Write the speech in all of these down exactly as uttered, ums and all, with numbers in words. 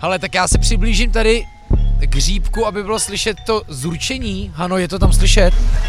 Hele, tak já se přiblížím tady k hříbku, aby bylo slyšet to zurčení. Hano, je to tam slyšet?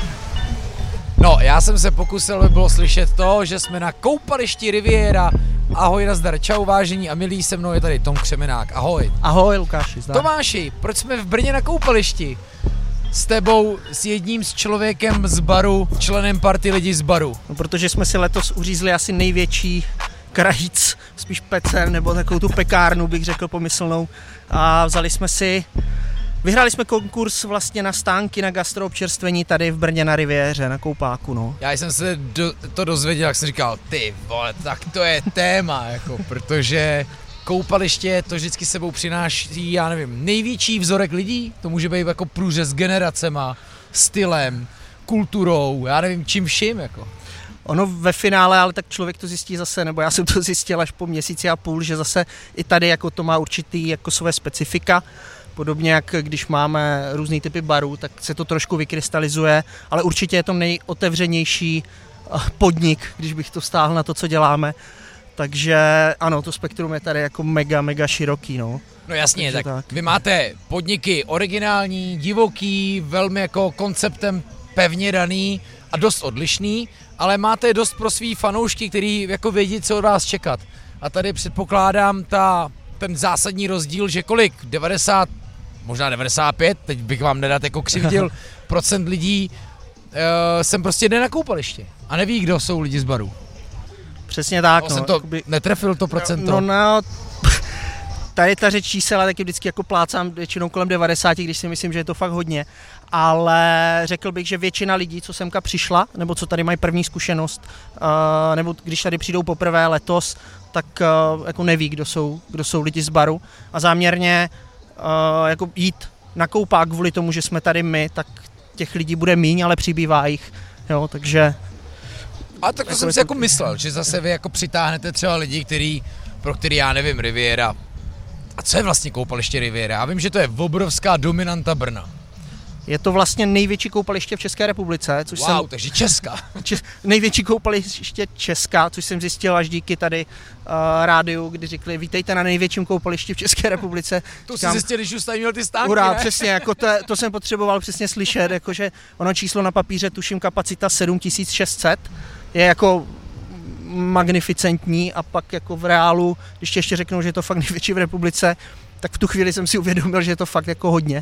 No, já jsem se pokusil, aby bylo slyšet to, že jsme na koupališti Riviera. Ahoj, nazdar, čau vážení a milí, se mnou je tady Tom Křemenák, ahoj. Ahoj Lukáši, zdar. Tomáši, proč jsme v Brně na koupališti? S tebou, s jedním s člověkem z baru, členem party lidí z baru. No, protože jsme si letos uřízli asi největší krajíc, spíš pecen, nebo takovou tu pekárnu, bych řekl pomyslnou. A vzali jsme si, vyhráli jsme konkurs vlastně na stánky na gastroobčerstvení tady v Brně na Riviéře, na Koupáku, no. Já jsem se do, to dozvěděl, jak jsem říkal, ty vole, tak to je téma, jako, protože koupaliště to vždycky sebou přináší, já nevím, největší vzorek lidí, to může být jako průřez generacema, stylem, kulturou, já nevím čím vším, jako. Ono ve finále, ale tak člověk to zjistí zase, nebo já jsem to zjistil až po měsíci a půl, že zase i tady jako to má určitý jako své specifika. Podobně jak když máme různý typy barů, tak se to trošku vykrystalizuje, ale určitě je to nejotevřenější podnik, když bych to stáhl na to, co děláme. Takže ano, to spektrum je tady jako mega, mega široký, no. No jasně, tak, tak vy máte podniky originální, divoký, velmi jako konceptem pevně daný a dost odlišný, ale máte dost pro svý fanoušky, který jako vědí, co od vás čekat. A tady předpokládám ta, ten zásadní rozdíl, že kolik, devadesát, možná devadesát pět, teď bych vám nedat jako křivdil, procent lidí uh, sem prostě jde na koupaliště a neví, kdo jsou lidi z baru. Přesně tak, no. no. Jsem to jakoby, netrefil to procento. No, no, tady ta řeč čísel, taky vždycky jako plácám většinou kolem devadesát, když si myslím, že je to fakt hodně. Ale řekl bych, že většina lidí, co semka přišla, nebo co tady mají první zkušenost, uh, nebo když tady přijdou poprvé letos, tak uh, jako neví, kdo jsou, kdo jsou lidi z baru. A záměrně uh, jako jít na Koupák kvůli tomu, že jsme tady my, tak těch lidí bude míň, ale přibývá jich. Jo, takže... A tak to jako jsem si to... jako myslel, že zase vy jako přitáhnete třeba lidi, který, pro který já nevím, Riviera. A co je vlastně koupaliště Riviera? Já vím, že to je obrovská dominanta Brna. Je to vlastně největší koupaliště v České republice, což wow, jsem... takže Česká. Če- největší koupaliště Česká, což jsem zjistil až díky tady uh, rádiu, kdy řekli, vítejte na největším koupališti v České republice. To jsi zjistil, když už tady měl ty stánky, Hurá, ne? přesně, jako to, to jsem potřeboval přesně slyšet, jakože ono číslo na papíře, tuším kapacita sedm tisíc šest set, je jako magnificentní a pak jako v reálu, když ještě řeknou, že je to fakt největší v republice, tak v tu chvíli jsem si uvědomil, že je to fakt jako hodně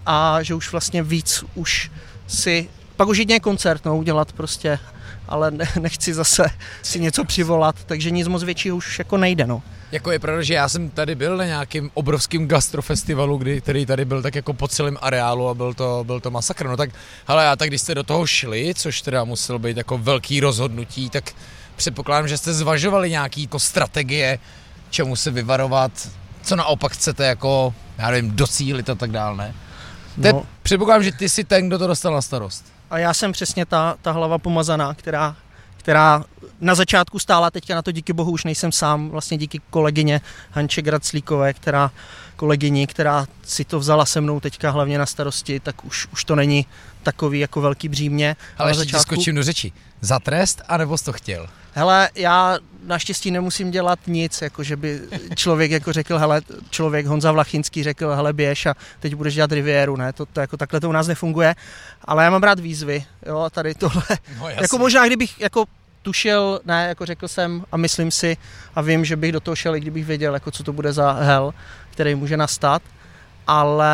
a že už vlastně víc už si, pak už jedině koncert no, udělat prostě, ale ne, nechci zase si něco přivolat, takže nic moc většího už jako nejde, no. Jako je pravda, že já jsem tady byl na nějakým obrovským gastrofestivalu, kdy, který tady byl tak jako po celém areálu a byl to, byl to masakr, no tak, hele, a tak když jste do toho šli, což teda muselo být jako velký rozhodnutí, tak předpokládám, že jste zvažovali nějaký jako strategie, čemu se vyvarovat, co naopak chcete jako, já nevím, docílit a tak dál, ne? Te, no. Předpokládám, že ty jsi ten, kdo to dostal na starost. A já jsem přesně ta, ta hlava pomazaná, která, která na začátku stála, teďka na to díky bohu už nejsem sám, vlastně díky kolegyně Hanče Graclíkové, která kolegyni, která si to vzala se mnou teďka hlavně na starosti, tak už, už to není takový jako velký břímě. Ale ještě začátku... ti skočím do řeči. Za trest, anebo jsi to chtěl? Hele, já naštěstí nemusím dělat nic, jako že by člověk jako řekl, hele, člověk Honza Vlachinský řekl, hele, běž a teď budeš dělat Rivieru, ne, to, to jako takhle to u nás nefunguje, ale já mám rád výzvy, jo, a tady tohle, no, jako možná kdybych jako tušil, ne, jako řekl jsem a myslím si a vím, že bych do toho šel, i kdybych věděl, jako co to bude za hell, který může nastat, ale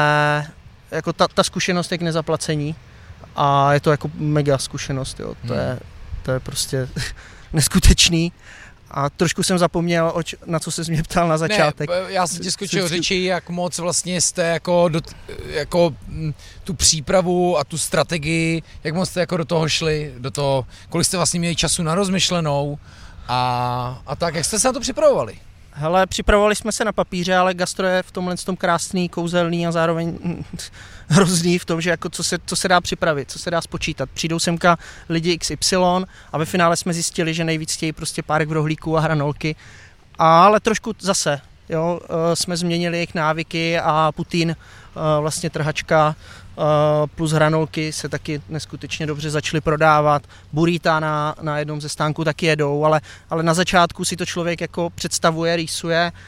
jako ta, ta zkušenost je k nezaplacení a je to jako mega zkušenost, jo, to, hmm. je, to je prostě neskutečný. A trošku jsem zapomněl, oč, na co se mě ptal na začátek. Ne, já jsem ti skočil řeči, jak moc vlastně jste jako, do, jako tu přípravu a tu strategii, jak moc jste jako do toho šli, do toho, kolik jste vlastně měli času na rozmyšlenou a, a tak, jak jste se na to připravovali? Hele, připravovali jsme se na papíře, ale gastro je v tomhle tom krásný, kouzelný a zároveň hrozný v tom, že jako co se, co se dá připravit, co se dá spočítat. Přijdou semka lidi iks ypsilon a ve finále jsme zjistili, že nejvíc chtějí prostě párek v rohlíku a hranolky, ale trošku zase, jo, jsme změnili jejich návyky a Putin, vlastně trhačka plus hranolky se taky neskutečně dobře začaly prodávat. Burrita na, na jednom ze stánků taky jedou, ale, ale na začátku si to člověk jako představuje, rýsuje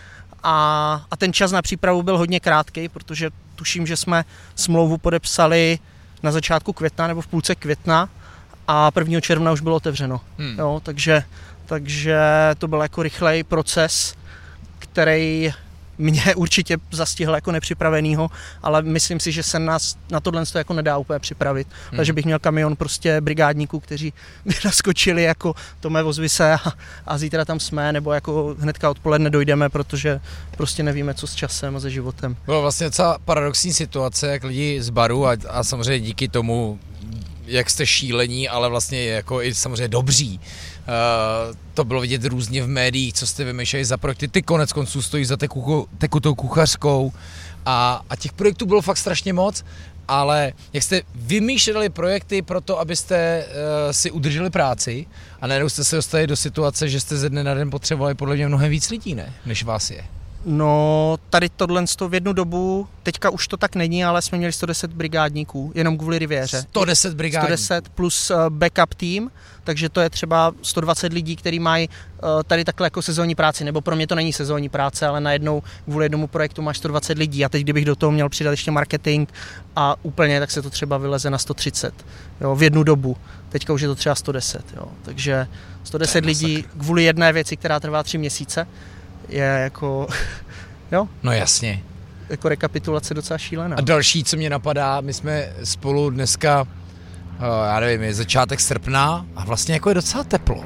a, a ten čas na přípravu byl hodně krátký, protože tuším, že jsme smlouvu podepsali na začátku května nebo v půlce května a prvního června už bylo otevřeno. Hmm. Jo, takže, takže to byl jako rychlej proces, který mě určitě zastihl jako nepřipravenýho, ale myslím si, že se nás na tohle jako nedá úplně připravit. Hmm. Takže bych měl kamion prostě brigádníků, kteří by naskočili jako Tome, ozvi se a, a zítra tam jsme, nebo jako hnedka odpoledne dojdeme, protože prostě nevíme, co s časem a se životem. Bylo vlastně docela paradoxní situace, jak lidi z baru a, a samozřejmě díky tomu, jak jste šílení, ale vlastně jako i samozřejmě dobří. Uh, to bylo vidět různě v médiích, co jste vymýšleli za projekty. Ty konec konců stojí za teku, tekutou kuchařskou a, a těch projektů bylo fakt strašně moc, ale jak jste vymýšleli projekty pro to, abyste uh, si udrželi práci a najednou jste se dostali do situace, že jste ze dne na den potřebovali podle mě mnohem víc lidí, ne? Než vás je. No, tady tohle v jednu dobu, teďka už to tak není, ale jsme měli sto deset brigádníků, jenom kvůli Riviéře. sto deset brigádníků. sto deset plus backup tým, takže to je třeba sto dvacet lidí, kteří mají tady takhle jako sezónní práci, nebo pro mě to není sezónní práce, ale najednou kvůli jednomu projektu máš sto dvacet lidí a teď kdybych do toho měl přidat ještě marketing a úplně, tak se to třeba vyleze na sto třicet, jo, v jednu dobu. Teďka už je to třeba sto deset, jo, takže sto deset lidí kvůli jedné věci, která trvá tři měsíce, je jako, jo? No jasně. Jako rekapitulace docela šílená. A další, co mě napadá, my jsme spolu dneska, já nevím, je začátek srpna a vlastně jako je docela teplo.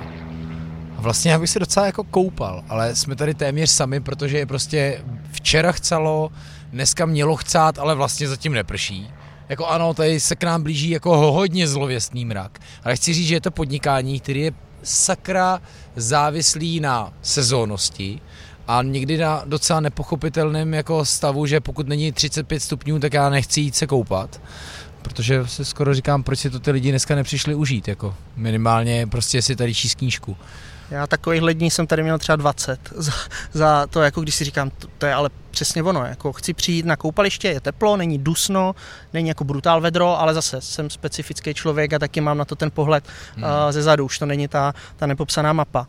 A vlastně já bych se docela jako koupal, ale jsme tady téměř sami, protože je prostě včera chcelo, dneska mělo chcát, ale vlastně zatím neprší. Jako ano, tady se k nám blíží jako hodně zlověstný mrak. Ale chci říct, že je to podnikání, který je sakra závislý na sezónnosti a někdy na docela nepochopitelném jako stavu, že pokud není třicet pět stupňů, tak já nechci jít se koupat, protože se skoro říkám, proč si to ty lidi dneska nepřišli užít, jako minimálně prostě si tady číst knížku. Já takových dní jsem tady měl třeba dvacet za, za to, jako když si říkám, to, to je ale přesně ono, jako chci přijít na koupaliště, je teplo, není dusno, není jako brutál vedro, ale zase jsem specifický člověk a taky mám na to ten pohled hmm. uh, ze zadu, už to není ta, ta nepopsaná mapa.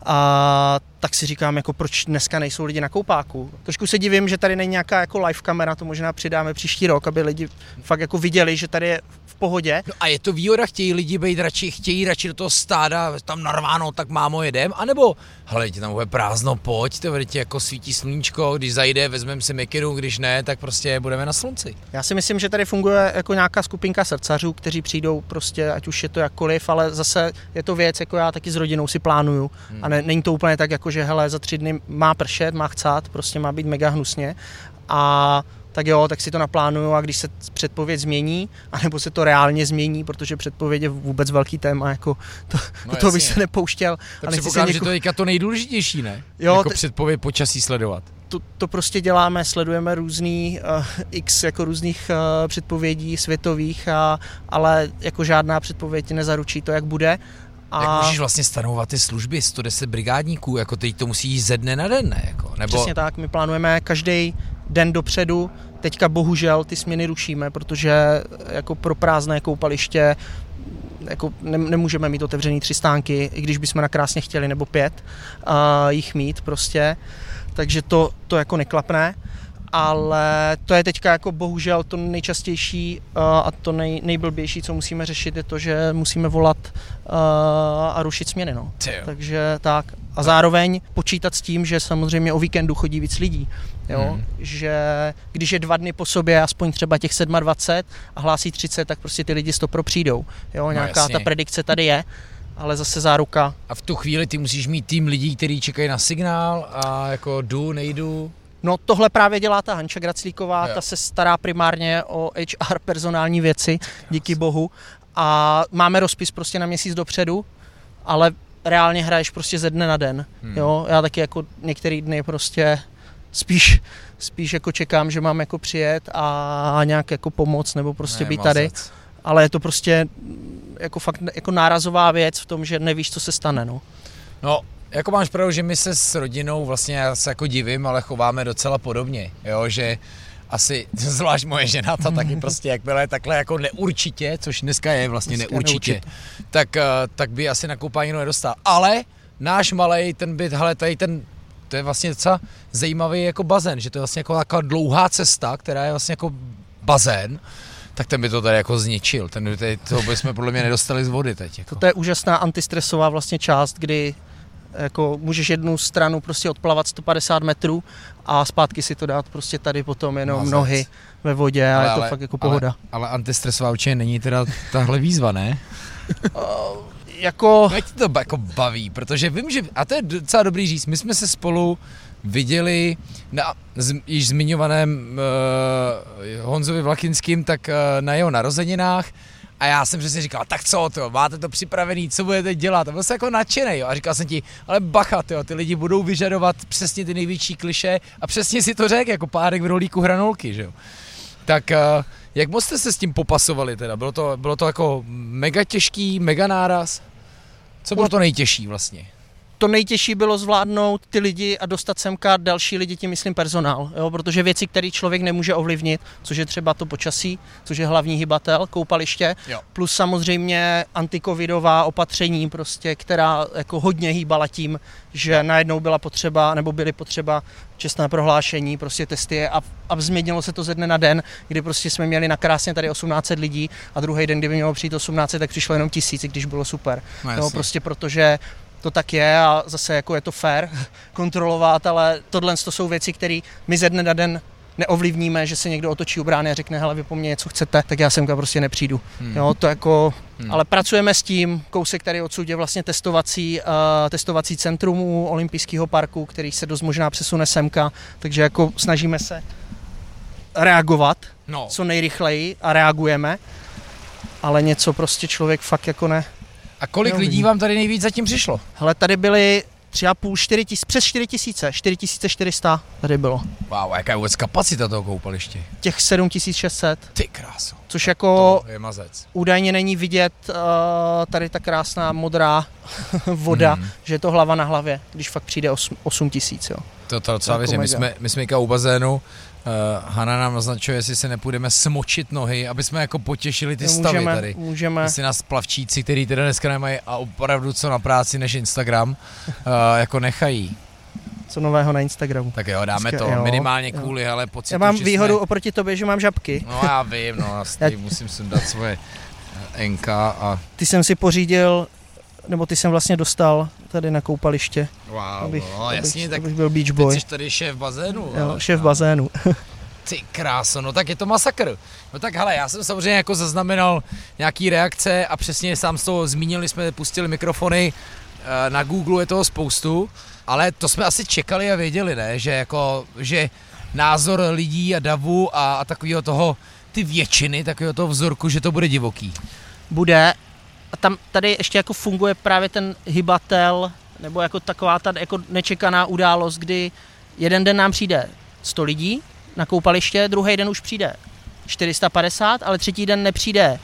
A tak si říkám, jako proč dneska nejsou lidi na koupáku. Trošku se divím, že tady není nějaká jako live kamera, to možná přidáme příští rok, aby lidi fakt jako viděli, že tady je v pohodě. No a je to výhoda, chtějí lidi být radši, chtějí radši do toho stáda, tam narváno, tak mámo jedem, anebo hele, tě tam bude prázdno, pojď, to vedete jako svítí sluníčko, když zajde, vezmeme si mikiru, když ne, tak prostě budeme na slunci. Já si myslím, že tady funguje jako nějaká skupinka srdcařů, kteří přijdou prostě, ať už je to jakkoliv, ale zase je to věc, jako já taky s rodinou si plánuju hmm. a ne, není to úplně tak, jako že hele, za tři dny má pršet, má chcát, prostě má být mega hnusně a tak jo, tak si to naplánuju a když se předpověď změní, anebo se to reálně změní, protože předpověď je vůbec velký téma, jako to, no do toho bych se nepouštěl. Tak předpokládám, něko... že to je to nejdůležitější, ne? Jo, jako t... předpověď počasí sledovat. To, to prostě děláme, sledujeme různý uh, x jako různých uh, předpovědí světových, a, ale jako žádná předpověď nezaručí to, jak bude. A... Jak můžeš vlastně stanovat ty služby, sto deset brigádníků, jako teď to musí jít ze dne na den, ne? Jako, nebo... Přesně tak, my plánujeme každý den dopředu, teďka bohužel ty směny rušíme, protože jako pro prázdné koupaliště jako ne, nemůžeme mít otevřený tři stánky, i když bychom nakrásně chtěli, nebo pět a jich mít prostě, takže to, to jako neklapne. Ale to je teďka jako bohužel to nejčastější uh, a to nej, nejblbější, co musíme řešit, je to, že musíme volat uh, a rušit směny. No. Takže tak. A zároveň počítat s tím, že samozřejmě o víkendu chodí víc lidí. Jo? Hmm. Že když je dva dny po sobě, aspoň třeba těch dvacet sedm a hlásí třicet, tak prostě ty lidi stopro přijdou. Jo? Nějaká no, ta predikce tady je, ale zase záruka. A v tu chvíli ty musíš mít tým lidí, kteří čekají na signál a jako jdu, nejdu. No tohle právě dělá ta Hanča Graclíková, jo. Ta se stará primárně o H R personální věci, díky bohu. A máme rozpis prostě na měsíc dopředu, ale reálně hraješ prostě ze dne na den. Hmm. Jo? Já taky jako některý dny prostě spíš, spíš jako čekám, že mám jako přijet a nějak jako pomoct nebo prostě ne, být tady. Mazec. Ale je to prostě jako fakt jako nárazová věc v tom, že nevíš, co se stane. No. no. Jako máš pravdu, že my se s rodinou vlastně, já se jako divím, ale chováme docela podobně, jo, že asi, zvlášť moje žena, ta taky prostě jakmile takhle jako neurčitě, což dneska je vlastně dneska neurčitě, neurčitě. Tak, tak by asi na koupání nedostal. Ale náš malej, ten byt, hele, tady ten to je vlastně docela zajímavý jako bazén, že to je vlastně jako taková dlouhá cesta, která je vlastně jako bazén, tak ten by to tady jako zničil, ten by tady, toho bychom podle mě nedostali z vody teď. Jako. To je úžasná antistresová vlastně část, kdy jako můžeš jednu stranu prostě odplavat sto padesát metrů a zpátky si to dát prostě tady potom jenom Mazec. Nohy ve vodě a ale, je to ale, fakt jako pohoda. Ale, ale antistresová určitě není teda tahle výzva, ne? uh, jako... Jak to jako baví, protože vím, že, a to je docela dobrý říct, my jsme se spolu viděli na z, již zmiňovaném uh, Honzovi Vlachinským, tak uh, na jeho narozeninách. A já jsem přesně říkal, tak co to, máte to připravený, co budete dělat? A byl jsem jako nadšenej, jo. A říkal jsem ti, ale bacha, tyjo, ty lidi budou vyžadovat přesně ty největší klišé a přesně si to řekl, jako párek v rohlíku hranolky, že jo. Tak uh, jak moc jste se s tím popasovali teda? Bylo to, bylo to jako mega těžký, mega náraz? Co bylo to nejtěžší vlastně? To nejtěžší bylo zvládnout ty lidi a dostat semka další lidi, tím myslím personál, jo? Protože věci, které člověk nemůže ovlivnit, což je třeba to počasí, což je hlavní hybatel, koupaliště, jo. Plus samozřejmě antikovidová opatření, prostě, která jako hodně hýbala tím, že najednou byla potřeba, nebo byly potřeba čestné prohlášení, prostě testy a, a změnilo se to ze dne na den, kdy prostě jsme měli na krásně tady osmnáct set lidí a druhý den, kdyby mělo přijít osmnáct set, tak přišlo jenom tisíc, když bylo super. No, jo, prostě protože to tak je a zase jako je to fair kontrolovat, ale tohle to jsou věci, které my ze dne na den neovlivníme, že se někdo otočí u brány a řekne, hele, vy po mně něco chcete, tak já semka prostě nepřijdu. Hmm. Jo, to jako, hmm. ale pracujeme s tím, kousek tady odsud je vlastně testovací, uh, testovací centrum u olympijského parku, který se dost možná přesune semka, takže jako snažíme se reagovat no. co nejrychleji a reagujeme, ale něco prostě člověk fakt jako ne. A kolik lidí vám tady nejvíc zatím přišlo? Hele, tady byly tři a půl, čtyři tisíce, přes čtyři tisíce, čtyři tisíce čtyři sta tady bylo. Wow, a jaká je vůbec kapacita toho koupaliště? Těch sedm tisíc šest set. Ty kráso. Což jako to je mazec. Údajně není vidět uh, tady ta krásná modrá voda, hmm. že je to hlava na hlavě, když fakt přijde osm tisíc, jo. To, to docela věřím, my jsme, my jsme u bazénu, Uh, Hana nám naznačuje, jestli se nepůjdeme smočit nohy, aby jsme jako potěšili ty no, stavy můžeme, tady. Můžeme. Jestli nás plavčíci, který teda dneska nemají a opravdu co na práci než Instagram, uh, jako nechají. Co nového na Instagramu. Tak jo, dáme dneska, to jo, minimálně jo. kvůli, ale pocitu, já mám výhodu jsme... oproti tobě, že mám žabky. No já vím, no já já... musím sundat svoje enka a... Ty jsem si pořídil, nebo ty jsem vlastně dostal tady na koupaliště. Wow, abych, no jasně, abych, tak abych byl beach boy. Teď jsi tady šéf bazénu. Jo, ale, šéf no. bazénu. Ty kráso, no tak je to masakr. No tak hele, já jsem samozřejmě jako zaznamenal nějaký reakce a přesně sám z toho zmínili, jsme pustili mikrofony, na Google je toho spoustu, ale to jsme asi čekali a věděli, ne, že jako, že názor lidí a davu a, a takového toho, ty většiny, takového toho vzorku, že to bude divoký. Bude a tam tady ještě jako funguje právě ten hybatel, nebo jako taková ta jako nečekaná událost, kdy jeden den nám přijde sto lidí na koupaliště, druhý den už přijde čtyři sta padesát, ale třetí den nepřijde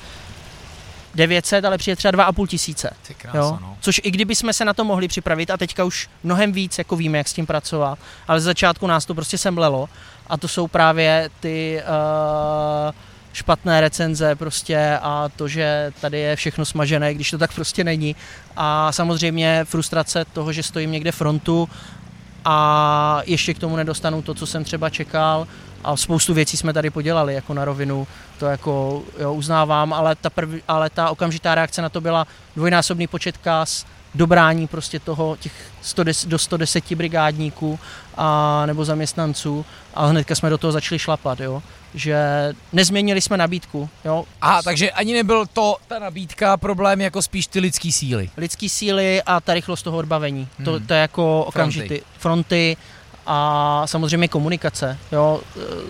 devět set, ale přijde třeba dva a půl tisíce. Ty krása, no. Což i kdyby jsme se na to mohli připravit a teďka už mnohem víc jako víme, jak s tím pracovat, ale z začátku nás to prostě semlelo a to jsou právě ty uh, špatné recenze prostě a to, že tady je všechno smažené, když to tak prostě není a samozřejmě frustrace toho, že stojím někde frontu a ještě k tomu nedostanu to, co jsem třeba čekal a spoustu věcí jsme tady podělali jako na rovinu, to jako jo, uznávám, ale ta, prv, ale ta okamžitá reakce na to byla dvojnásobný počet kas, dobrání prostě toho těch sto deset, do sto deset brigádníků a, nebo zaměstnanců a hnedka jsme do toho začali šlapat, jo. Že nezměnili jsme nabídku. Jo. Aha, takže ani nebyl to ta nabídka problém, jako spíš ty lidský síly. Lidský síly a ta rychlost toho odbavení. Hmm. To, to je jako okamžitý. Fronty. Fronty a samozřejmě komunikace. Jo.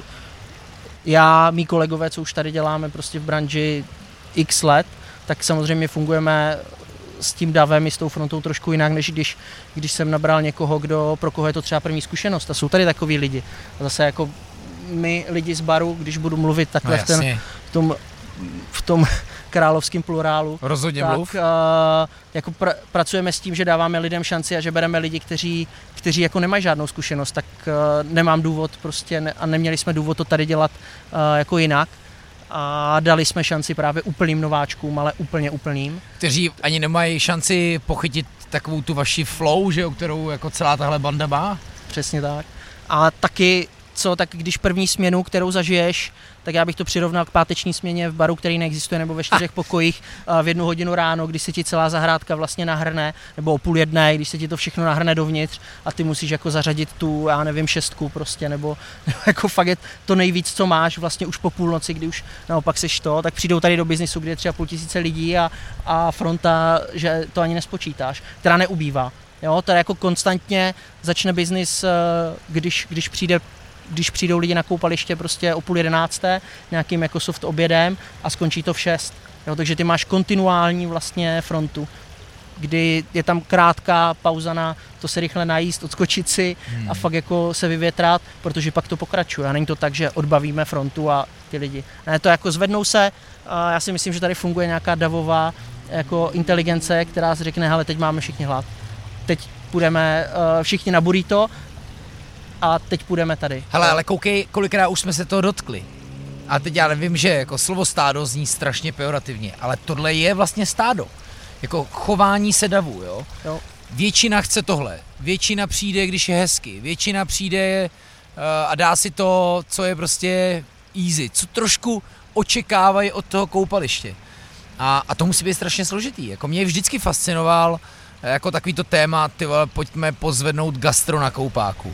Já, mý kolegové, co už tady děláme prostě v branži x let, tak samozřejmě fungujeme s tím davem i s tou frontou trošku jinak, než když, když jsem nabral někoho, kdo, pro koho je to třeba první zkušenost. A jsou tady takový lidi. A zase jako my lidi z baru, když budu mluvit takhle no, v, ten, v tom, v tom královském plurálu, rozhodně tak mluv. Uh, jako pr- pracujeme s tím, že dáváme lidem šanci a že bereme lidi, kteří, kteří jako nemají žádnou zkušenost, tak uh, nemám důvod prostě ne, a neměli jsme důvod to tady dělat uh, jako jinak. A dali jsme šanci právě úplným nováčkům, ale úplně úplným. Kteří ani nemají šanci pochytit takovou tu vaši flow, že jo, kterou jako celá tahle banda má? Přesně tak. A taky, co, tak když první směnu, kterou zažiješ, tak já bych to přirovnal k páteční směně v baru, který neexistuje, nebo ve čtyřech pokojích v jednu hodinu ráno, když se ti celá zahrádka vlastně nahrne, nebo o půl jedné, když se ti to všechno nahrne dovnitř a ty musíš jako zařadit tu, já nevím, šestku prostě, nebo, nebo jako fakt je to nejvíc, co máš vlastně už po půlnoci, kdy už naopak seš to, tak přijdou tady do biznisu, kde je třeba půl tisíce lidí a, a fronta, že to ani nespočítáš, která neubývá. Jo, teda jako konstantně začne biznis, když, když přijde když přijdou lidi na koupaliště prostě o půl jedenácté, nějakým jako soft obědem a skončí to v šest. Jo, takže ty máš kontinuální vlastně frontu, kdy je tam krátká pauza na to se rychle najíst, odskočit si hmm. a fakt jako se vyvětrat, protože pak to pokračuje. A není to tak, že odbavíme frontu a ty lidi. Ne, to jako zvednou se, a já si myslím, že tady funguje nějaká davová jako inteligence, která si řekne, hele, teď máme všichni hlad. Teď půjdeme uh, všichni na burrito, a teď půjdeme tady. Hele, ale koukej, kolikrát už jsme se toho dotkli. A teď já nevím, že jako slovo stádo zní strašně pejorativně, ale tohle je vlastně stádo. Jako chování se davu, jo? jo. Většina chce tohle. Většina přijde, když je hezky. Většina přijde uh, a dá si to, co je prostě easy. Co trošku očekávají od toho koupaliště. A, a to musí být strašně složitý. Jako mě vždycky fascinoval jako takovýto téma, ty vole, pojďme pozvednout gastro na koupáku.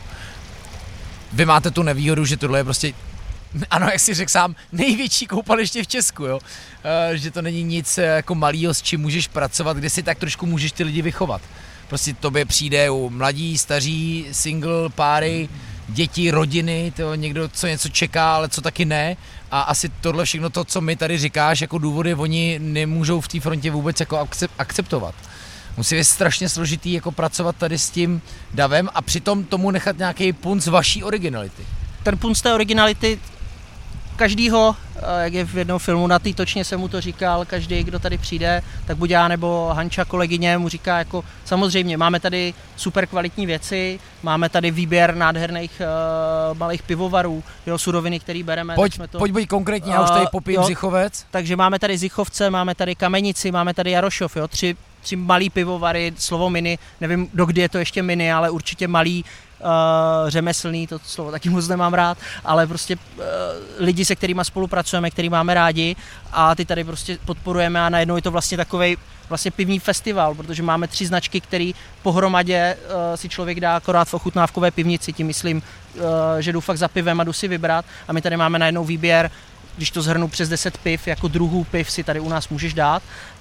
Vy máte tu nevýhodu, že tohle je prostě, ano, jak si řekl sám, největší koupaliště v Česku, jo. E, že to není nic jako malýho, s čím můžeš pracovat, kde si tak trošku můžeš ty lidi vychovat. Prostě tobě přijde u mladí, staří, single, páry, děti, rodiny, to někdo, co něco čeká, ale co taky ne. A asi tohle všechno to, co mi tady říkáš, jako důvody, oni nemůžou v té frontě vůbec jako akceptovat. Musí být strašně složitý jako pracovat tady s tím davem a přitom tomu nechat nějaký punc vaší originality. Ten punc té originality každýho, jak je v jednom filmu Na té točně jsem mu to říkal, každý, kdo tady přijde, tak buď já nebo Hanča, kolegyně, mu říká jako samozřejmě, máme tady super kvalitní věci, máme tady výběr nádherných uh, malých pivovarů, jo, suroviny, který bereme. Pojď, jsme to, pojď buď konkrétně, já už tady popijím uh, Zichovec. Takže máme tady Zichovce, máme tady Kamenici, máme tady Jarošov, jo, tři tři malý pivovary, slovo mini, nevím, dokdy je to ještě mini, ale určitě malý, uh, řemeslný, to slovo taky moc nemám rád, ale prostě uh, lidi, se kterými spolupracujeme, který máme rádi a ty tady prostě podporujeme a najednou je to vlastně takovej vlastně pivní festival, protože máme tři značky, který pohromadě uh, si člověk dá akorát v ochutnávkové pivnici, tím myslím, uh, že jdu fakt za pivem a jdu si vybrat a my tady máme najednou výběr, když to zhrnu přes deset piv, jako druhů piv si tady u nás můžeš dát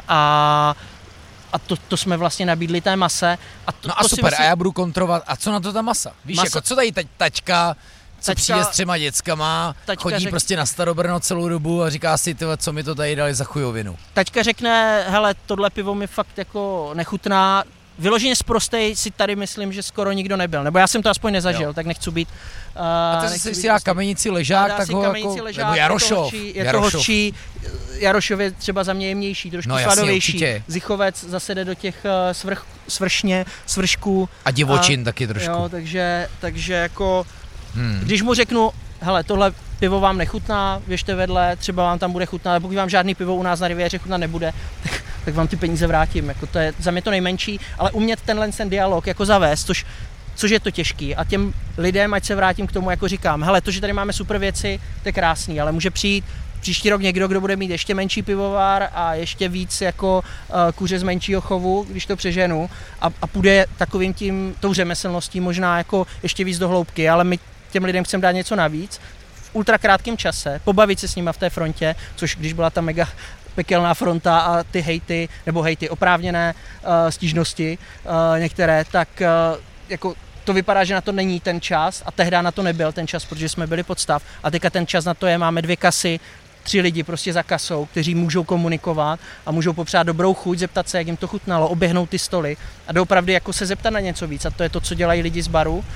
a A to, to jsme vlastně nabídli té mase. A to, no a to super, myslím, a já budu kontrolovat. A co na to ta masa? Víš, masa, jako co tady ta, tačka, co tačka, přijde s třema dětskama, chodí řek, prostě na Starobrno celou dobu a říká si, tyhle, co mi to tady dali za chujovinu. Tačka řekne, hele, tohle pivo mi fakt jako nechutná. Vyloženě zprostej si tady myslím, že skoro nikdo nebyl. Nebo já jsem to aspoň nezažil, jo. Tak nechci být... Uh, a to si si dá Kamenici Ležák, tak ho jako... Ležák, nebo Jarošov. Je to hořčí, Jarošov je třeba za mě jemnější, trošku no, sladovější. Jasně, Zichovec zase jde do těch uh, svrch, svršně, svršků. A divočin a, taky trošku. Jo, takže, takže jako... Hmm. Když mu řeknu, hele, tohle pivo vám nechutná, běžte vedle, třeba vám tam bude chutná, ale pokud vám žádný pivo u nás na Riviéře chutná nebude, tak, tak vám ty peníze vrátím. Jako to je za mě to nejmenší, ale umět tenhle ten dialog jako zavést, což, což je to těžký. A těm lidem, ať se vrátím k tomu, jako říkám, hele, to, že tady máme super věci, to je krásný, ale může přijít příští rok někdo, kdo bude mít ještě menší pivovar a ještě víc jako uh, kuře z menšího chovu, když to přeženu a, a půjde takovým tím, tou řemeslností možná jako ještě víc do hloubky, ale my těm lidem chceme dát něco navíc v ultra krátkém čase, pobavit se s nima v té frontě, což když byla ta mega pekelná fronta a ty hejty, nebo hejty, oprávněné uh, stížnosti uh, některé, tak uh, jako to vypadá, že na to není ten čas a tehdy na to nebyl ten čas, protože jsme byli pod stav a teďka ten čas na to je, máme dvě kasy, tři lidi prostě za kasou, kteří můžou komunikovat a můžou popřát dobrou chuť, zeptat se, jak jim to chutnalo, oběhnout ty stoly a doopravdy jako se zeptat na něco víc a to je to, co dělají lidi z baru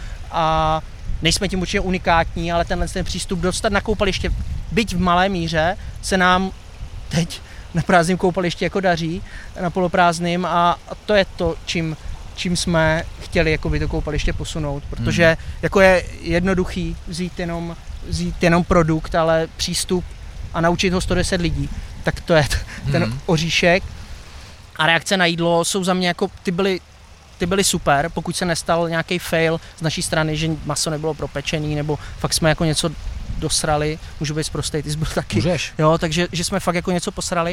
a nejsme tím určitě unikátní, ale tenhle ten přístup dostat na koupaliště, byť v malé míře, se nám teď na prázdném koupališti jako daří, na poloprázdným a, a to je to, čím, čím jsme chtěli jakoby to koupaliště posunout, protože hmm. jako je jednoduchý vzít jenom, vzít jenom produkt, ale přístup a naučit ho sto deset lidí, tak to je t- ten hmm. oříšek a reakce na jídlo jsou za mě jako, ty byly ty byly super, pokud se nestal nějaký fail z naší strany, že maso nebylo propečený, nebo fakt jsme jako něco dosrali, můžu být zprostej, ty jsi byl taky. Můžeš. Jo, takže že jsme fakt jako něco posrali,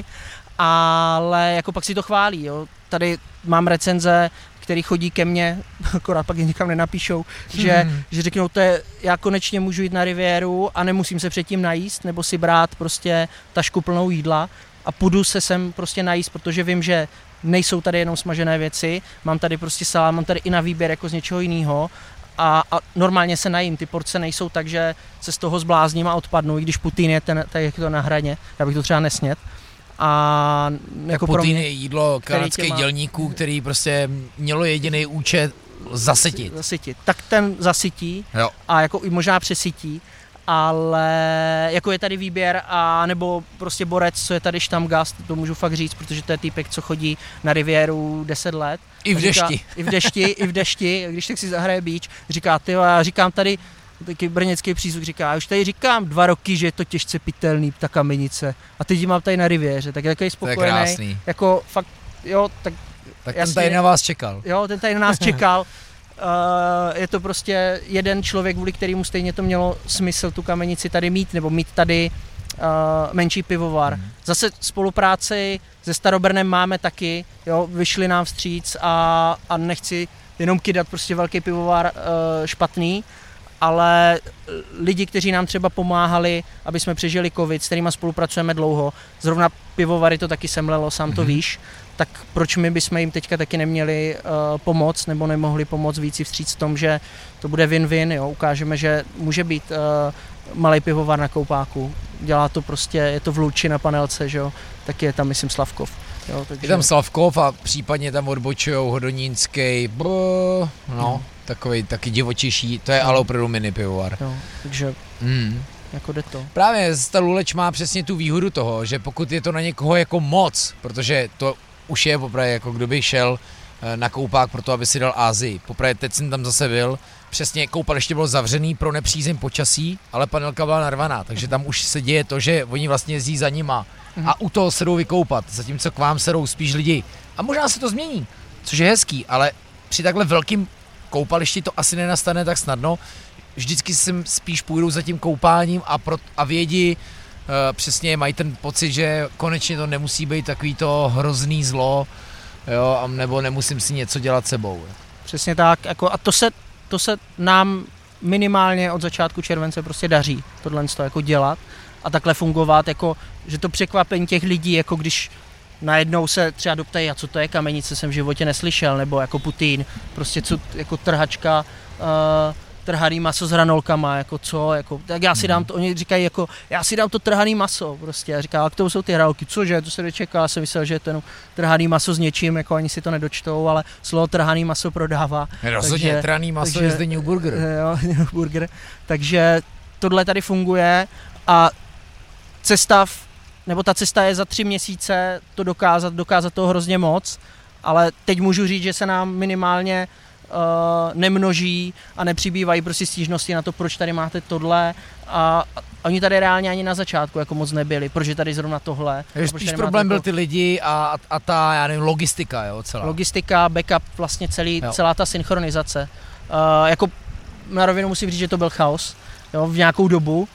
ale jako pak si to chválí, jo. Tady mám recenze, který chodí ke mně, akorát pak je nikam nenapíšou, že, hmm. že řeknou, to je, já konečně můžu jít na riviéru a nemusím se předtím najíst, nebo si brát prostě tašku plnou jídla a půjdu se sem prostě najíst, protože vím, že nejsou tady jenom smažené věci, mám tady prostě salát, mám tady i na výběr jako z něčeho jiného a, a normálně se najím, ty porce nejsou tak, že se z toho zblázním a odpadnu, i když Putin je ten, tak jak to na hraně, já bych to třeba nesnět. A jako Putin je jídlo kanadských má... dělníků, který prostě mělo jediný účet zasytit. Zasytit. Tak ten zasytí jo. A jako i možná přesytí, ale jako je tady výběr a nebo prostě borec, co je tady Štamgast, to můžu fakt říct, protože to je týpek, co chodí na riviéru deset let. I v říká, dešti. I v dešti, i v dešti, když tak si zahraje beach, říká, ty já říkám tady, taky brněcký přízvuk říká, já už tady říkám dva roky, že je to těžce pitelný, ta kamenice. A teď ji mám tady na riviéře, tak je takový spokojený. Jako fakt, jo, tak... Tak jasně, ten tady na vás čekal. Jo, ten tady na nás čekal. Uh, je to prostě jeden člověk, kvůli kterému stejně to mělo smysl tu kamenici tady mít, nebo mít tady uh, menší pivovar. Hmm. Zase spolupráci se Starobrnem máme taky, jo, vyšli nám vstříc a, a nechci jenom kydat prostě velký pivovar uh, špatný, ale lidi, kteří nám třeba pomáhali, aby jsme přežili covid, s kterými spolupracujeme dlouho, zrovna pivovary to taky semlelo, sám to mm-hmm. víš, tak proč my bychom jim teďka taky neměli uh, pomoct, nebo nemohli pomoct víc vstříc v tom, že to bude win-win, jo, ukážeme, že může být uh, malej pivovar na Koupáku, dělá to prostě, je to v Luči na Panelce, že jo, tak je tam, myslím, Slavkov. Jo, takže... Je tam Slavkov a případně tam odbočujou Hodonínský, brr, no, hmm. takový taky divočejší, to je no. ale opravdu mini pivovar. Jo, takže hmm. jako jde to. Právě ta Luleč má přesně tu výhodu toho, že pokud je to na někoho jako moc, protože to už je popravdě jako kdo by šel na Koupák pro to, aby si dal Asii. Popravdě teď jsem tam zase byl, přesně koupaliště bylo zavřený pro nepřízeň počasí, ale panelka byla narvaná, takže tam už se děje to, že oni vlastně jezdí za nima a u toho se jdou vykoupat, zatímco k vám se jdou spíš lidi. A možná se to změní, což je hezký, ale při takhle velkým koupališti to asi nenastane tak snadno. Vždycky si spíš půjdou za tím koupáním a, pro, a vědí, uh, přesně mají ten pocit, že konečně to nemusí být takový to hrozný zlo, jo, nebo nemusím si něco dělat sebou. Přesně tak, jako, a to se, to se nám minimálně od začátku července prostě daří, tohle jako dělat a takhle fungovat, jako, že to překvapení těch lidí, jako když najednou se třeba doptají, a co to je kamenice, jsem v životě neslyšel, nebo jako Putin, prostě co, jako trhačka, uh, trhaný maso s hranolkama, jako co, jako, tak já si dám to, oni říkají jako, já si dám to trhaný maso, prostě, a říká, a k tomu jsou ty hranolky, cože, to se nečeká, já jsem myslel, že je to jenom trhaný maso s něčím, jako ani si to nedočtou, ale slovo trhaný maso prodává. Rozhodně, trhaný maso takže, je zde New Burger. Jo, New Burger, takže tohle tady funguje a cesta, v, nebo ta cesta je za tři měsíce to dokázat, dokázat toho hrozně moc, ale teď můžu říct, že se nám minimálně Uh, nemnoží a nepřibývají prostě stížnosti na to, proč tady máte tohle a, a oni tady reálně ani na začátku jako moc nebyli, proč je tady zrovna tohle. Spíš problém byl ty lidi a, a ta, já nevím, logistika, jo, celá. Logistika, backup, vlastně celý, celá ta synchronizace. Uh, jako na rovinu musím říct, že to byl chaos, jo, v nějakou dobu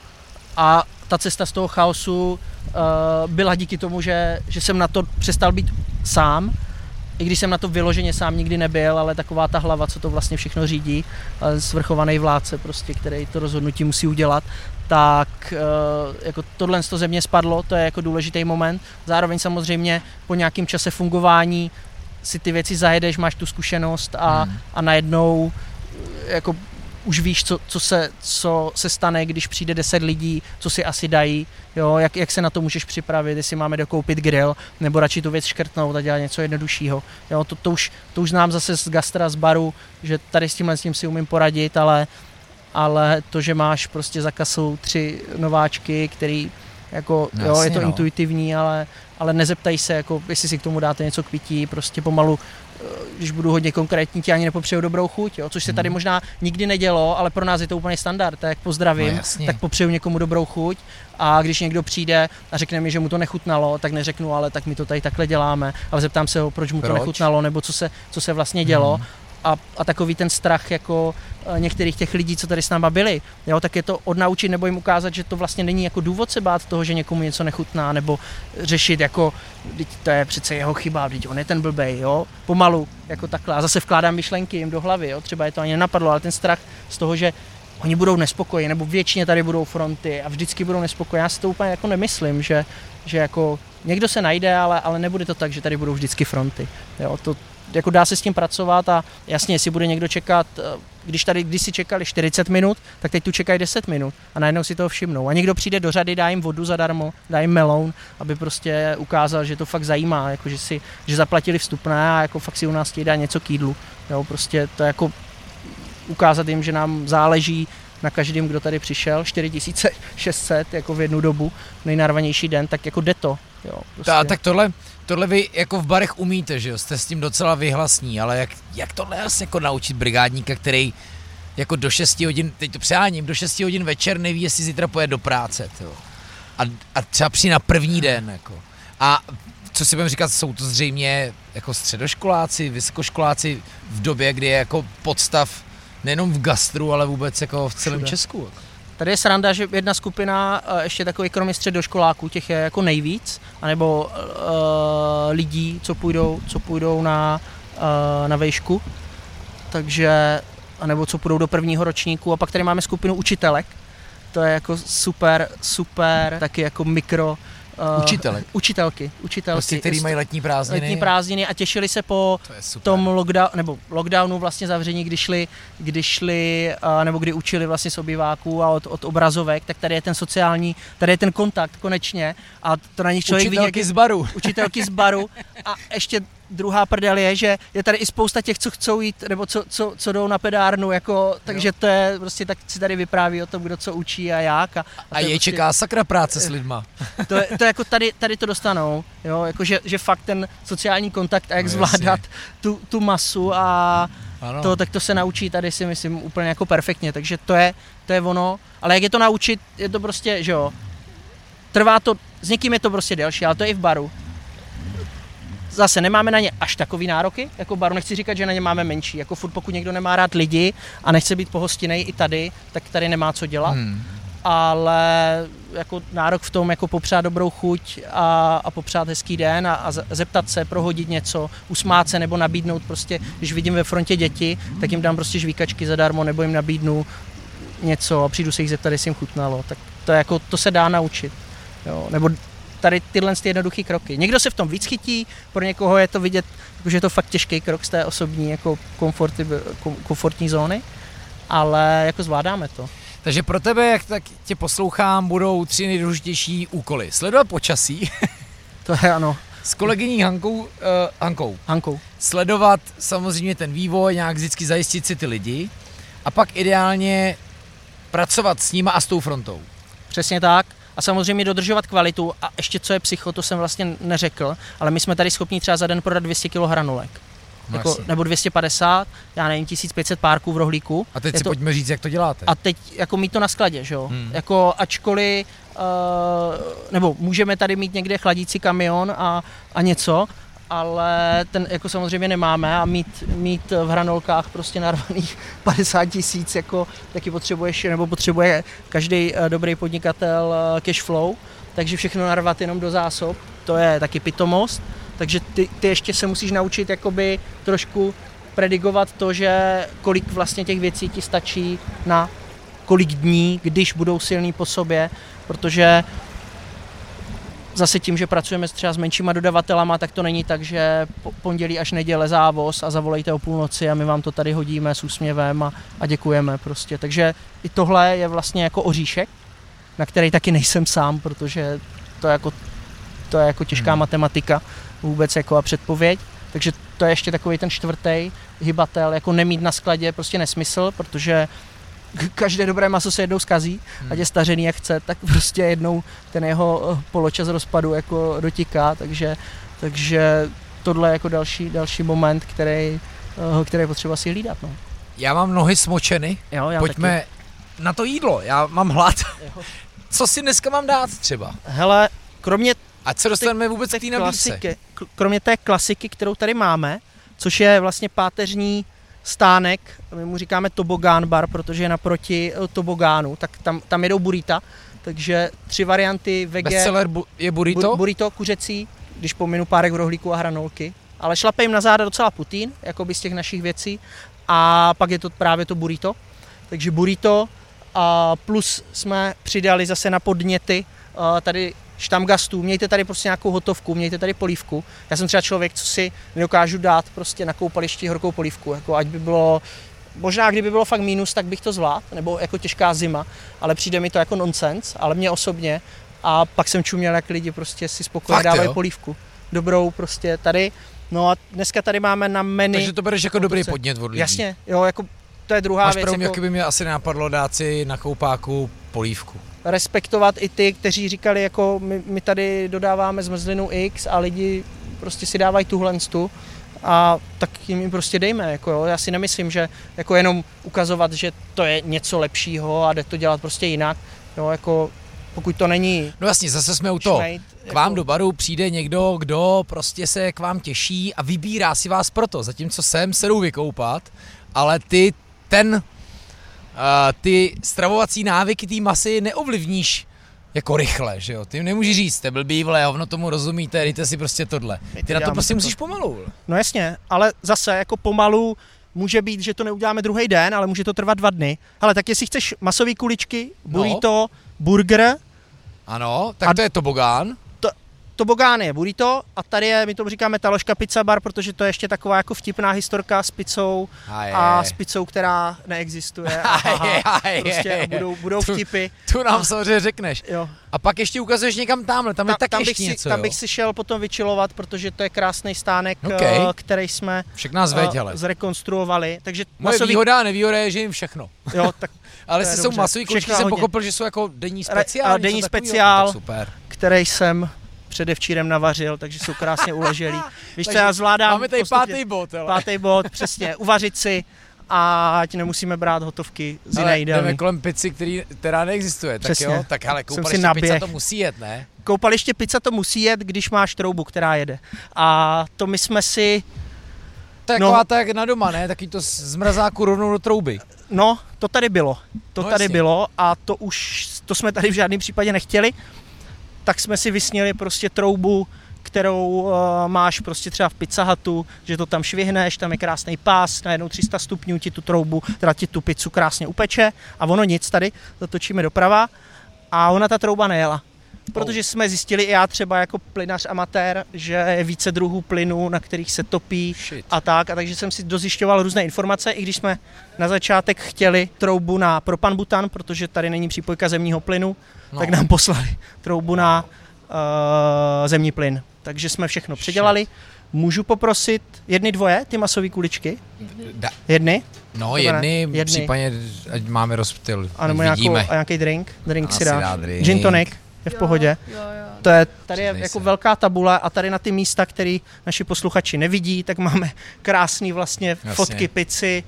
a ta cesta z toho chaosu uh, byla díky tomu, že, že jsem na to přestal být sám, i když jsem na to vyloženě sám nikdy nebyl, ale taková ta hlava, co to vlastně všechno řídí, svrchovaný vládce prostě, který to rozhodnutí musí udělat, tak jako tohle z toho ze mě spadlo, to je jako důležitý moment. Zároveň samozřejmě po nějakém čase fungování si ty věci zajedeš, máš tu zkušenost a, hmm. a najednou jako už víš, co, co, se, co se stane, když přijde deset lidí, co si asi dají, jo, jak, jak se na to můžeš připravit, jestli máme dokoupit grill, nebo radši tu věc škrtnout a dělat něco jednoduššího. Jo, to, to, už, to už znám zase z gastra, z baru, že tady s tímhle s tím si umím poradit, ale, ale to, že máš prostě za kasou tři nováčky, který jako, Jasně, jo, je to no. intuitivní, ale, ale nezeptají se, jako, jestli si k tomu dáte něco k pití, prostě pomalu, když budu hodně konkrétní, ti ani nepopřeju dobrou chuť, jo? Což se tady možná nikdy nedělo, ale pro nás je to úplně standard, tak pozdravím, no, tak popřeju někomu dobrou chuť a když někdo přijde a řekne mi, že mu to nechutnalo, tak neřeknu, ale tak my to tady takhle děláme, ale zeptám se ho, proč mu proč? to nechutnalo, nebo co se, co se vlastně dělo hmm. a, a takový ten strach jako některých těch lidí, co tady s náma byli, jo, tak je to odnaučit nebo jim ukázat, že to vlastně není jako důvod se bát toho, že někomu něco nechutná, nebo řešit jako, to je přece jeho chyba, teď on je ten blbej, jo, pomalu, jako takhle. A zase vkládám myšlenky jim do hlavy, jo, třeba je to ani nenapadlo, ale ten strach z toho, že oni budou nespokojení, nebo většině tady budou fronty a vždycky budou nespokojení. Já si to úplně jako nemyslím, že, že jako někdo se najde, ale, ale nebude to tak, že tady budou vždycky fronty. Jo, to, jako dá se s tím pracovat a jasně, jestli bude někdo čekat, když tady když si čekali čtyřicet minut, tak teď tu čekají deset minut a najednou si toho všimnou. A někdo přijde do řady, dá jim vodu zadarmo, dá jim meloun, aby prostě ukázal, že to fakt zajímá, jako že, si, že zaplatili vstupné a jako fakt si u nás chtějí dát něco k jídlu. Jo, prostě to jako ukázat jim, že nám záleží na každém, kdo tady přišel, čtyři tisíce šest set jako v jednu dobu, nejnarvanější den, tak jako jde to. Jo, prostě. Ta, tak tohle, tohle vy jako v barech umíte, že jo, jste s tím docela vyhlasní, ale jak, jak tohle asi jako naučit brigádníka, který jako do šesti hodin, teď to přeháním, do šesti hodin večer neví, jestli zítra pojede do práce, jo. A, a třeba přijde na první den, jako. A co si budeme říkat, jsou to zřejmě jako středoškoláci, vysokoškoláci v době, kdy je jako podstav nejenom v gastru, ale vůbec jako v celém Všude. Česku. Tady je sranda, že jedna skupina, ještě takový kromě středoškoláků, těch je jako nejvíc, anebo uh, lidí, co půjdou, co půjdou na, uh, na vejšku, takže, anebo co půjdou do prvního ročníku. A pak tady máme skupinu učitelek, to je jako super, super, taky jako mikro, Uh, Učitelek. Učitelky, učitelky. Prostě, který mají letní prázdniny. Letní prázdniny a těšili se po tom lockdown, nebo lockdownu vlastně zavření, kdy šli, kdy šli, uh, nebo kdy učili vlastně z obyváků a od, od obrazovek, tak tady je ten sociální, tady je ten kontakt konečně a to na nich člověk vidí. Učitelky z baru. Učitelky z baru a ještě druhá prdel je, že je tady i spousta těch, co chcou jít, nebo co, co, co jdou na pedárnu, jako, takže to je prostě, tak si tady vypráví o tom, kdo co učí a jak. A, a, a je prostě, čeká sakra práce s lidma. To, je, to jako tady, tady to dostanou, jo, jako že, že fakt ten sociální kontakt a jak no, zvládat tu, tu masu a ano. to, tak to se naučí tady si myslím úplně jako perfektně, takže to je, to je ono, ale jak je to naučit, je to prostě, že jo, trvá to, s někým je to prostě delší, ale to je i v baru. Zase nemáme na ně až takový nároky, jako baru, nechci říkat, že na ně máme menší, jako furt pokud někdo nemá rád lidi a nechce být pohostinnej i tady, tak tady nemá co dělat, hmm. ale jako nárok v tom jako popřát dobrou chuť a, a popřát hezký den a, a zeptat se, prohodit něco, usmát se nebo nabídnout prostě, když vidím ve frontě děti, tak jim dám prostě žvíkačky zadarmo nebo jim nabídnu něco a přijdu se jich zeptat, jestli jim chutnalo, tak to, jako, to se dá naučit, jo, nebo tady tyhle ty jednoduchý kroky. Někdo se v tom víc chytí, pro někoho je to vidět, že je to fakt těžký krok z té osobní jako komforty, komfortní zóny, ale jako zvládáme to. Takže pro tebe, jak tak tě poslouchám, budou tři nejdůležitější úkoly. Sledovat počasí. To je ano. S kolegyní Hankou, uh, Hankou. Hankou. Sledovat samozřejmě ten vývoj, nějak vždycky zajistit si ty lidi a pak ideálně pracovat s nima a s tou frontou. Přesně tak. A samozřejmě dodržovat kvalitu a ještě co je psycho, to jsem vlastně neřekl, ale my jsme tady schopni třeba za den prodat dvě stě kilo hranolek. No jako, nebo dvě stě padesát, já nevím, tisíc pět set párků v rohlíku. A teď je si to, pojďme říct, jak to děláte. A teď jako mít to na skladě, že jo? Hmm. Jako ačkoliv, uh, nebo můžeme tady mít někde chladící kamion a, a něco, ale ten jako samozřejmě nemáme a mít, mít v hranolkách prostě narvaných padesát tisíc, jako taky potřebuješ, nebo potřebuje každý uh, dobrý podnikatel uh, cash flow, takže všechno narvat jenom do zásob, to je taky pitomost, takže ty, ty ještě se musíš naučit jakoby trošku predigovat to, že kolik vlastně těch věcí ti stačí na kolik dní, když budou silný po sobě, protože zase tím, že pracujeme třeba s menšíma dodavatelama, tak to není tak, že pondělí až neděle závoz a zavolejte o půlnoci a my vám to tady hodíme s úsměvem a, a děkujeme prostě. Takže i tohle je vlastně jako oříšek, na který taky nejsem sám, protože to je jako, to je jako těžká hmm. matematika vůbec jako a předpověď. Takže to je ještě takový ten čtvrtý hybatel, jako nemít na skladě prostě nesmysl, protože každé dobré maso se jednou zkazí, hmm. ať je stařený jak chce, tak prostě jednou ten jeho poločas rozpadu jako dotiká, takže, takže tohle je jako další, další moment, který, který je potřeba si hlídat. No. Já mám nohy smočeny, jo, já pojďme taky. Na to jídlo, já mám hlad. Jo. Co si dneska mám dát třeba? Hele, kromě ať se dostaneme vůbec k té nabídce. Kromě té klasiky, kterou tady máme, což je vlastně páteřní stánek, my mu říkáme tobogán bar, protože je naproti tobogánu, tak tam, tam jedou burrita, takže tři varianty vege. Bestseller bu- je burrito? Bu- burrito kuřecí, když pominu párek v rohlíku a hranolky, ale šlape jim na záda docela putín, jakoby z těch našich věcí, a pak je to právě to burrito, takže burrito a plus jsme přidali zase na podněty tady štamgastů, mějte tady prostě nějakou hotovku, mějte tady polívku. Já jsem třeba člověk, co si nedokážu dát prostě na koupališti horkou polívku, jako ať by bylo, možná kdyby bylo fakt mínus, tak bych to zvládl, nebo jako těžká zima, ale přijde mi to jako nonsens, ale mě osobně, a pak jsem čuměl, jak lidi prostě si spokojeně dávají polívku. Dobrou prostě tady, no a dneska tady máme na menu. Takže to bereš jako dobrý podnět od lidí. Jasně, jo, jako to je druhá Máš věc. pravdu, jako... jaký by mě asi napadlo dát si na koupáku polívku. Respektovat i ty, kteří říkali, jako my, my tady dodáváme zmrzlinu X a lidi prostě si dávají tuhle stu a tak jim prostě dejme. Jako jo. Já si nemyslím, že jako jenom ukazovat, že to je něco lepšího a jde to dělat prostě jinak. Jo, jako pokud to není... No jasně, zase jsme u toho. Šmejt, k vám jako... do baru přijde někdo, kdo prostě se k vám těší a vybírá si vás proto, zatímco sem se jdou vykoupat, ale ty ten... Uh, ty stravovací návyky té masy neovlivníš jako rychle, že jo? Ty nemůžeš říct, jste blbý, vole, hovno tomu rozumíte, dejte si prostě tohle. Ty na to prostě musíš pomalu. No jasně, ale zase jako pomalu může být, že to neuděláme druhý den, ale může to trvat dva dny. Ale tak jestli chceš masové kuličky, burrito, no. burger. Ano, tak a to je tobogán. Tobogán je burrito a tady je, my tomu říkáme Taloška pizza bar, protože to je ještě taková jako vtipná historka s pizzou a, a s pizzou, která neexistuje. A, a, a prostě budou, budou vtipy. Tu, tu nám a, samozřejmě řekneš. Jo. A pak ještě ukazuješ někam tamhle, tam je Ta, taky tam ještě bych něco. Si, tam jo. bych si šel potom vyčilovat, protože to je krásný stánek, okay. který jsme uh, zrekonstruovali. Takže moje masový... výhoda a nevýhoda je, že jim všechno. Jo, tak ale jestli jsou masový kuličky, jsem pochopil, že jsou jako denní speciál. Denní speciál, no, super. Který jsem předevčírem navařil, takže jsou krásně uleželý. Víš, co já zvládám? Máme tady pátý bod, ale. Pátý bod, přesně, uvařit si a ať nemusíme brát hotovky z jiné jídelny. Jdeme kolem pizzy, který, která neexistuje, přesně. Tak jo, tak hele, koupaliště pizza to musí jet, ne? Koupaliště pizza to musí jet, když máš troubu, která jede. A to my jsme si... To je no, taková tak na doma, ne? Taky to z mrazáku rovnou do trouby. No, to tady bylo. To no, tady jasně. bylo a to už, to jsme tady v žádném případě nechtěli. Tak jsme si vysnili prostě troubu, kterou uh, máš prostě třeba v Pizza Hutu, že to tam švihneš, tam je krásný pás, najednou tři sta stupňů ti tu troubu, teda ti tu pizzu krásně upeče a ono nic tady, zatočíme doprava a ona ta trouba nejela. Protože jsme zjistili i já třeba jako plynař amatér, že je více druhů plynů, na kterých se topí Shit. a tak. A takže jsem si dozjišťoval různé informace, i když jsme na začátek chtěli troubu na propanbutan, protože tady není přípojka zemního plynu, no. tak nám poslali troubu na uh, zemní plyn. Takže jsme všechno předělali. Můžu poprosit jedny, dvoje, ty masové kuličky? Da. Jedny? No jedny, jedny, případně ať máme rozptyl, ano, vidíme. Nějakou, a nějaký drink? Drink si dáš. Dá drink. Gin tonic. Je v pohodě. Jo, jo, jo. To je, tady je Přidej jako se. velká tabule a tady na ty místa, které naši posluchači nevidí, tak máme krásný vlastně Jasně. fotky pizzy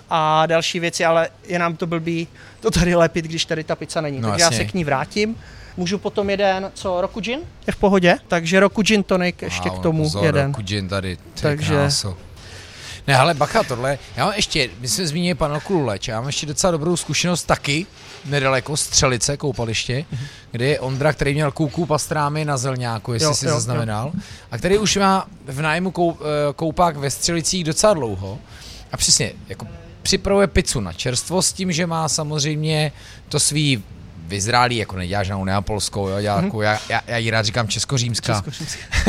a další věci, ale je nám to blbý to tady lepit, když tady ta pizza není. No, takže já jasně. se k ní vrátím. Můžu potom jeden, co, Roku Gin? Je v pohodě, takže Roku Gin tonic ještě wow, k tomu pozor, jeden. Roku Gin tady, Takže- kráso. Ne, hele, bacha, tohle, já mám ještě, my jsme zmínili panelku Luleč, já mám ještě docela dobrou zkušenost taky, nedaleko Střelice, koupaliště, mm-hmm. kde je Ondra, který měl kůku pastrámy na zelňáku, jestli Jo, si jo, zaznamenal, a který už má v nájmu kou, koupák ve Střelicích docela dlouho a přesně, jako připravuje pizzu na čerstvo s tím, že má samozřejmě to svý vyzrálý, jako nedělá žádnou neapolskou, jo, dělá, mm-hmm. já, já, já jí rád říkám českořímská, Českořímská. uh,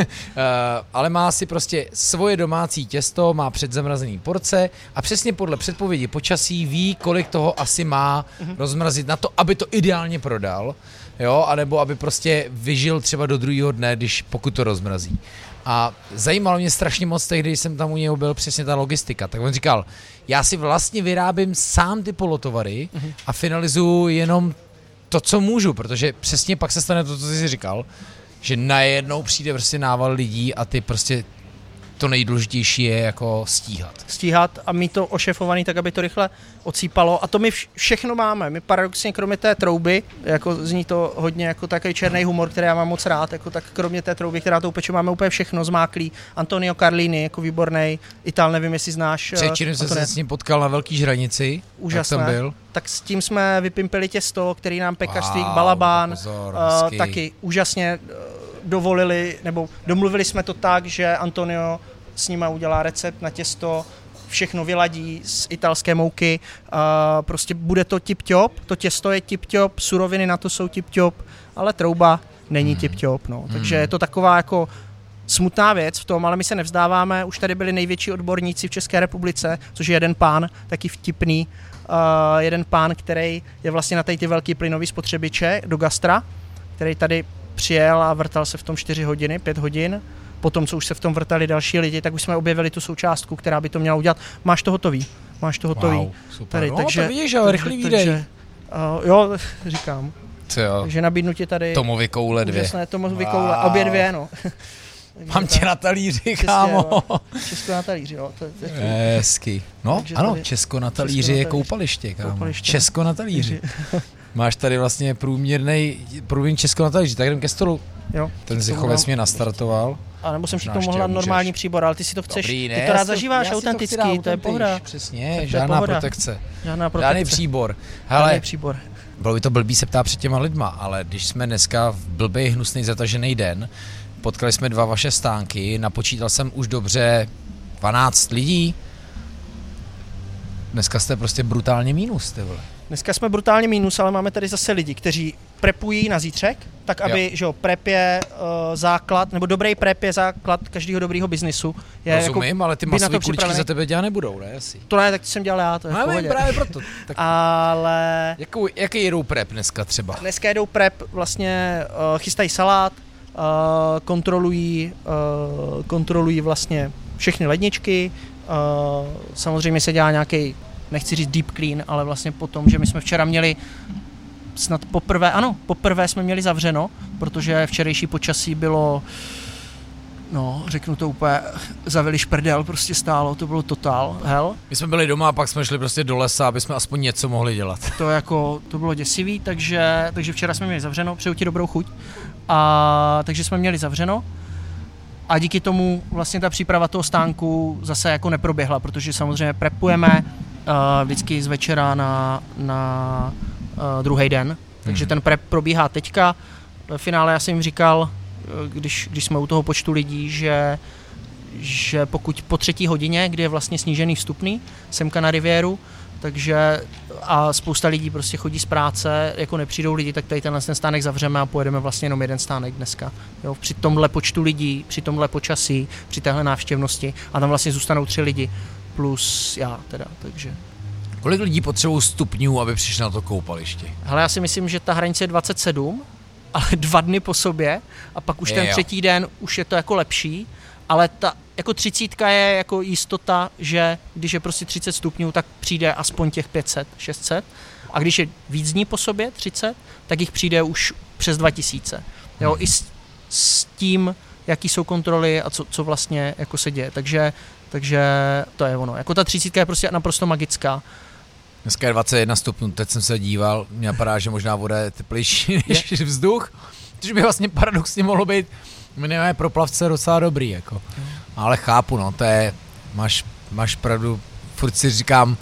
ale má si prostě svoje domácí těsto, má předzamrazený porce a přesně podle předpovědi počasí ví, kolik toho asi má mm-hmm. rozmrazit na to, aby to ideálně prodal, jo, anebo aby prostě vyžil třeba do druhého dne, když pokud to rozmrazí. A zajímalo mě strašně moc tehdy, když jsem tam u něho byl, přesně ta logistika. Tak on říkal, já si vlastně vyrábím sám ty polotovary mm-hmm. a finalizuju jenom to, co můžu, protože přesně pak se stane to, co jsi říkal, že najednou přijde prostě nával lidí a ty prostě to nejdůležitější je jako stíhat. Stíhat a mít to ošefovaný tak, aby to rychle ocípalo. A to my vš- všechno máme. My paradoxně kromě té trouby, jako zní to hodně jako takový černý humor, který já mám moc rád, jako tak kromě té trouby, která to upeče, máme úplně všechno zmáklý. Antonio Carlini, jako výborný Ital, nevím, jestli znáš. Předtím jsem se s ním potkal na Velký Žranici. Úžasné. Tak, byl. tak s tím jsme vypimpili těsto, který nám pekařství wow, Balabán pozor, uh, taky úžasně uh, dovolili, nebo domluvili jsme to tak, že Antonio s nima udělá recept na těsto, všechno vyladí z italské mouky, uh, prostě bude to tip-top, to těsto je tip-top, suroviny na to jsou tip-top, ale trouba není mm. tip-top, no. Mm. Takže je to taková jako smutná věc v tom, ale my se nevzdáváme, už tady byli největší odborníci v České republice, což je jeden pán, taky vtipný, uh, jeden pán, který je vlastně na tady ty velký plynový spotřebiče do gastra, který tady přijel a vrtal se v tom čtyři hodiny, pět hodin. Potom, co už se v tom vrtali další lidi, tak už jsme objevili tu součástku, která by to měla udělat. Máš to hotový. Máš to hotový. Wow, super. Tady, no, takže, to vidíš, jo, rychlý výdej. Uh, jo, říkám. Co jo. Takže nabídnu ti tady... Tomovi koule dvě. Úžasné Tomovi wow. koule. Obě dvě, no. Mám tě na talíři, kámo. Česko na talíři, jo. To, to, to. Hezky. No, takže ano, Česko na talíři Česko je koupaliště, kámo. Koupaliště. Česko na talíři. Máš tady vlastně průměrný, průměrný Česko na talíři, tak jdem ke stolu. Jo. Ten Zichovec mě nastartoval. A nebo jsem ti to mohla normální příbor, ale ty si to chceš, Dobrý, ne, ty to rád zažíváš to, autenticky, to, to je pohoda. Přesně, to žádná pohoda. protekce. Žádná protekce. Žádný příbor. Hele, Žádný příbor. Bylo by to blbý se ptát před těma lidma, ale když jsme dneska v blbej, hnusný, zatažený den, potkali jsme dva vaše stánky, napočítal jsem už dobře dvanáct lidí. Dneska jste prostě brutálně mínus, ty vole. Dneska jsme brutálně mínus, ale máme tady zase lidi, kteří prepují na zítřek, tak aby, jo. že jo, prep je uh, základ, nebo dobrý prep je základ každého dobrého biznisu. Je Rozumím, jako, ale ty masové kuličky za tebe dělat nebudou, ne? Asi. To ne, tak to jsem dělal já, to je no, v pohodě. právě proto. Tak... Ale... Jakou, jaký jedou prep dneska třeba? Dneska jedou prep, vlastně uh, chystají salát, uh, kontrolují, uh, kontrolují vlastně všechny ledničky, uh, samozřejmě se dělá nějaký, nechci říct deep clean, ale vlastně potom, že my jsme včera měli snad poprvé, ano, poprvé jsme měli zavřeno, protože včerejší počasí bylo, no, řeknu to úplně, zavili šprdel, prostě stálo, to bylo totál, hell. My jsme byli doma a pak jsme šli prostě do lesa, aby jsme aspoň něco mohli dělat. To jako, to bylo děsivý, takže, takže včera jsme měli zavřeno, přeju ti dobrou chuť, a takže jsme měli zavřeno. A díky tomu vlastně ta příprava toho stánku zase jako neproběhla, protože samozřejmě prepujeme uh, vždycky z večera na, na uh, druhý den, takže mm. ten prep probíhá teďka. V finále já jsem jim říkal, když, když jsme u toho počtu lidí, že, že pokud po třetí hodině, kdy je vlastně snížený vstupný semka na riviéru, takže a spousta lidí prostě chodí z práce, jako nepřijdou lidi, tak tady tenhle ten stánek zavřeme a pojedeme vlastně jenom jeden stánek dneska. Jo, při tomhle počtu lidí, při tomhle počasí, při téhle návštěvnosti a tam vlastně zůstanou tři lidi plus já teda, takže. Kolik lidí potřebují stupňů, aby přišli na to koupaliště? Hele, já si myslím, že ta hranice je dvacet sedm, ale dva dny po sobě a pak už je, ten jo. třetí den už je to jako lepší, ale ta jako třicítka je jako jistota, že když je prostě třicet stupňů, tak přijde aspoň těch pět set, šest set. A když je víc dní po sobě, třicet, tak jich přijde už přes dva tisíce. Jo, hmm. i s, s tím, jaký jsou kontroly a co, co vlastně jako se děje. Takže, takže to je ono. Jako ta třicítka je prostě naprosto magická. Dneska je dvacet jedna stupňů, teď jsem se díval, mě napadá, že možná voda je teplejší než je. vzduch, což by vlastně paradoxně mohlo být minimálně pro plavce docela dobrý, jako. Hmm. Ale chápu, no, to je, máš, máš pravdu, furt si říkám,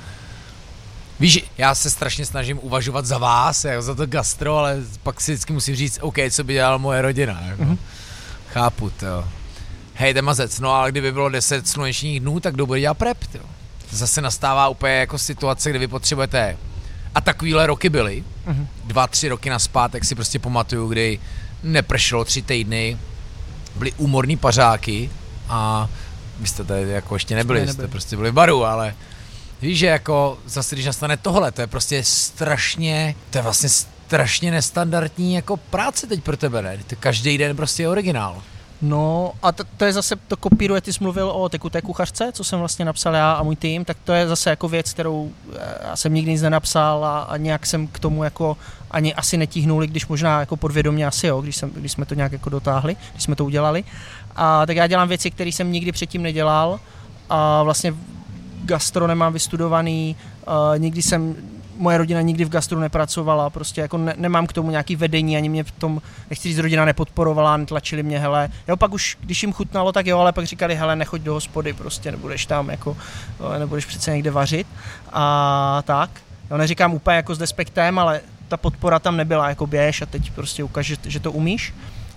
víš, já se strašně snažím uvažovat za vás, jako za to gastro, ale pak si vždycky musím říct, OK, co by dělala moje rodina, jako. Mm-hmm. Chápu, to. Hej, Demazec, no ale kdyby bylo deset slunečních dnů, tak kdo bude dělat prep, to. Zase nastává úplně jako situace, kde vy potřebujete, a takovýhle roky byly, mm-hmm. dva, tři roky nazpátek si prostě pamatuju, kdy nepršelo tři týdny, byly úmorný pařáky, a vy jste tady jako ještě nebyli, nebyli, jste prostě byli v baru, ale víš, že jako zase, když nastane tohle, to je prostě strašně, to je vlastně strašně nestandardní jako práce teď pro tebe, ne? To každý den prostě je originál. No a to, to je zase, to kopíruje, ty jsi mluvil o tekuté kuchařce, co jsem vlastně napsal já a můj tým, tak to je zase jako věc, kterou já jsem nikdy nic nenapsal a, a nějak jsem k tomu jako ani asi netíhnuli, když možná jako podvědomě asi jo, když, jsem, když jsme to nějak jako dotáhli, když jsme to udělali. A tak já dělám věci, které jsem nikdy předtím nedělal a vlastně gastro nemám vystudovaný, uh, nikdy jsem, moje rodina nikdy v gastru nepracovala, prostě jako ne, nemám k tomu nějaký vedení, ani mě v tom, nechci říct, rodina nepodporovala, netlačili mě, hele, jo, pak už, když jim chutnalo, tak jo, ale pak říkali, hele, nechoď do hospody, prostě nebudeš tam, jako, nebudeš přece někde vařit a tak, jo, neříkám úplně jako s despektem, ale ta podpora tam nebyla, jako běž a teď prostě ukaž, že, že to umíš,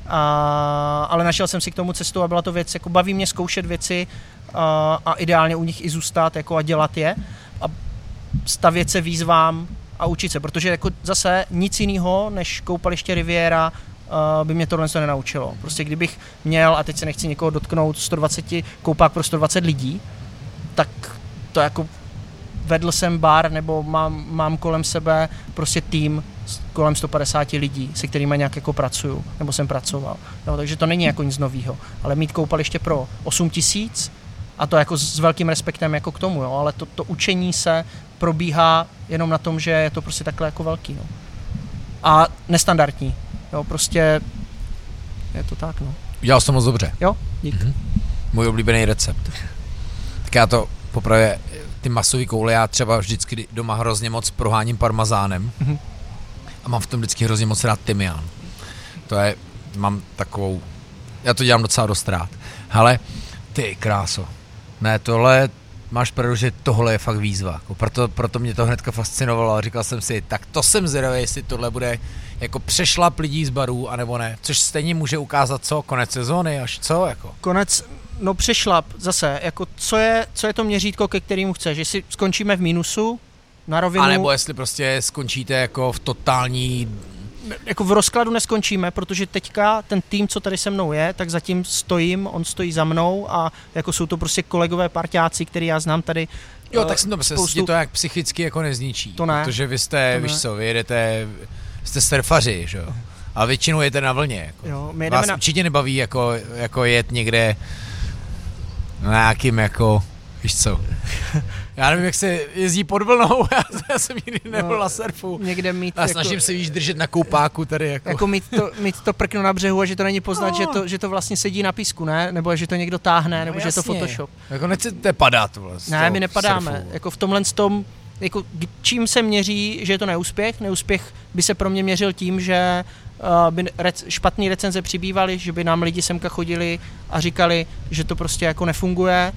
a, ale našel jsem si k tomu cestu a byla to věc, jako baví mě zkoušet věci a, a ideálně u nich i zůstat, jako a dělat je a stavět se výzvám a učit se, protože jako zase nic jiného než koupaliště Riviera uh, by mě tohle nenaučilo. Prostě kdybych měl, a teď se nechci někoho dotknout, sto dvacet koupák pro sto dvacet lidí, tak to jako vedl jsem bar nebo mám, mám kolem sebe prostě tým kolem sto padesát lidí, se kterými nějak jako pracuju, nebo jsem pracoval. No, takže to není jako nic novýho, ale mít koupaliště pro osm tisíc a to jako s velkým respektem jako k tomu, jo, ale to, to učení se probíhá jenom na tom, že je to prostě takhle jako velký, no. A nestandardní, jo, prostě je to tak, no. Udělal jsi to moc dobře. Jo, dík. Mm-hmm. Můj oblíbený recept. Tak já to popravě, ty masový koule, já třeba vždycky doma hrozně moc proháním parmazánem mm-hmm. a mám v tom vždycky hrozně moc rád tymián. To je, mám takovou, já to dělám docela dost rád. Hele, ty kráso, ne, tohle, máš pravdu, že tohle je fakt výzva. Proto, proto mě to hnedka fascinovalo a říkal jsem si, tak to jsem zvědavý, jestli tohle bude jako přešlap lidí z barů, anebo ne. Což stejně může ukázat co, konec sezóny, až co, jako. Konec, no přešlap, zase, jako co je, co je to měřítko, ke kterému chceš, jestli skončíme v mínusu, na rovinu. A nebo jestli prostě skončíte jako v totální... Jako v rozkladu neskončíme, protože teďka ten tým, co tady se mnou je, tak zatím stojím, on stojí za mnou a jako jsou to prostě kolegové parťáci, který já znám tady. Jo, tak jsem to myslel, spoustu... to jak psychicky jako nezničí. To ne. Protože vy jste, víš co, vy jedete, jste surfaři, že jo? A většinou jedete na vlně. Jako. Jo, my Vás na... určitě nebaví jako, jako jet někde na nějakým jako, víš co, já nevím, jak se jezdí pod vlnou, já jsem nikdy nebyl no, na surfu. Někde mít a jako, snažím se víš držet na koupáku tady. Jako, jako mít, to, mít to prkno na břehu a že to není poznat, no. že, to, že to vlastně sedí na písku, ne? Nebo že to někdo táhne, nebo no, že je to Photoshop. Jako nechcete padat vlastně. Ne, my nepadáme. Surfu. Jako v tomhle tom, jako čím se měří, že je to neúspěch? Neúspěch by se pro mě měřil tím, že uh, by rec, špatný recenze přibývaly, že by nám lidi semka chodili a říkali, že to prostě jako nefunguje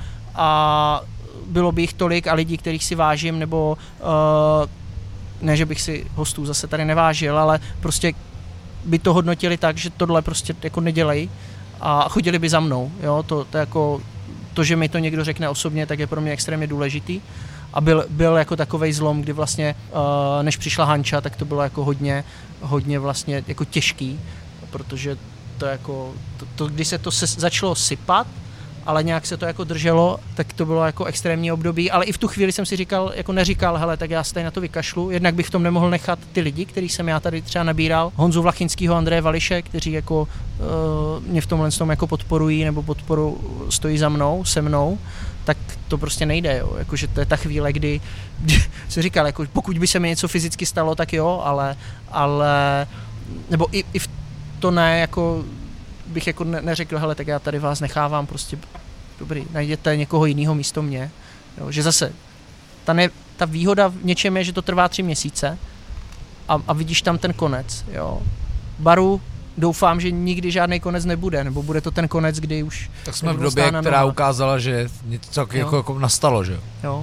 a bylo by jich tolik a lidí, kterých si vážím, nebo uh, ne, že bych si hostů zase tady nevážil, ale prostě by to hodnotili tak, že tohle prostě jako nedělají a chodili by za mnou, jo, to, to jako to, že mi to někdo řekne osobně, tak je pro mě extrémně důležitý a byl, byl jako takovej zlom, kdy vlastně, uh, než přišla Hanča, tak to bylo jako hodně, hodně vlastně jako těžký, protože to jako, to, to když se to se začalo sypat, ale nějak se to jako drželo, tak to bylo jako extrémní období, ale i v tu chvíli jsem si říkal, jako neříkal, hele, tak já se tady na to vykašlu, jednak bych v tom nemohl nechat ty lidi, který jsem já tady třeba nabíral, Honzu Vlachinskýho, Andreje Vališe, kteří jako uh, mě v tomhle tom jako podporují nebo podporu stojí za mnou, se mnou, tak to prostě nejde, jo, jakože to je ta chvíle, kdy, kdy jsem říkal, jako pokud by se mi něco fyzicky stalo, tak jo, ale, ale nebo i, i v to ne, jako bych jako neřekl, hele, tak já tady vás nechávám, prostě dobrý, najděte někoho jiného místo mě. Jo, že zase, ta, ne, ta výhoda v něčem je, že to trvá tři měsíce a, a vidíš tam ten konec. Jo. Baru doufám, že nikdy žádný konec nebude, nebo bude to ten konec, kdy už... Tak jsme v době, která ukázala, že něco jako, jako nastalo, že jo. Jo.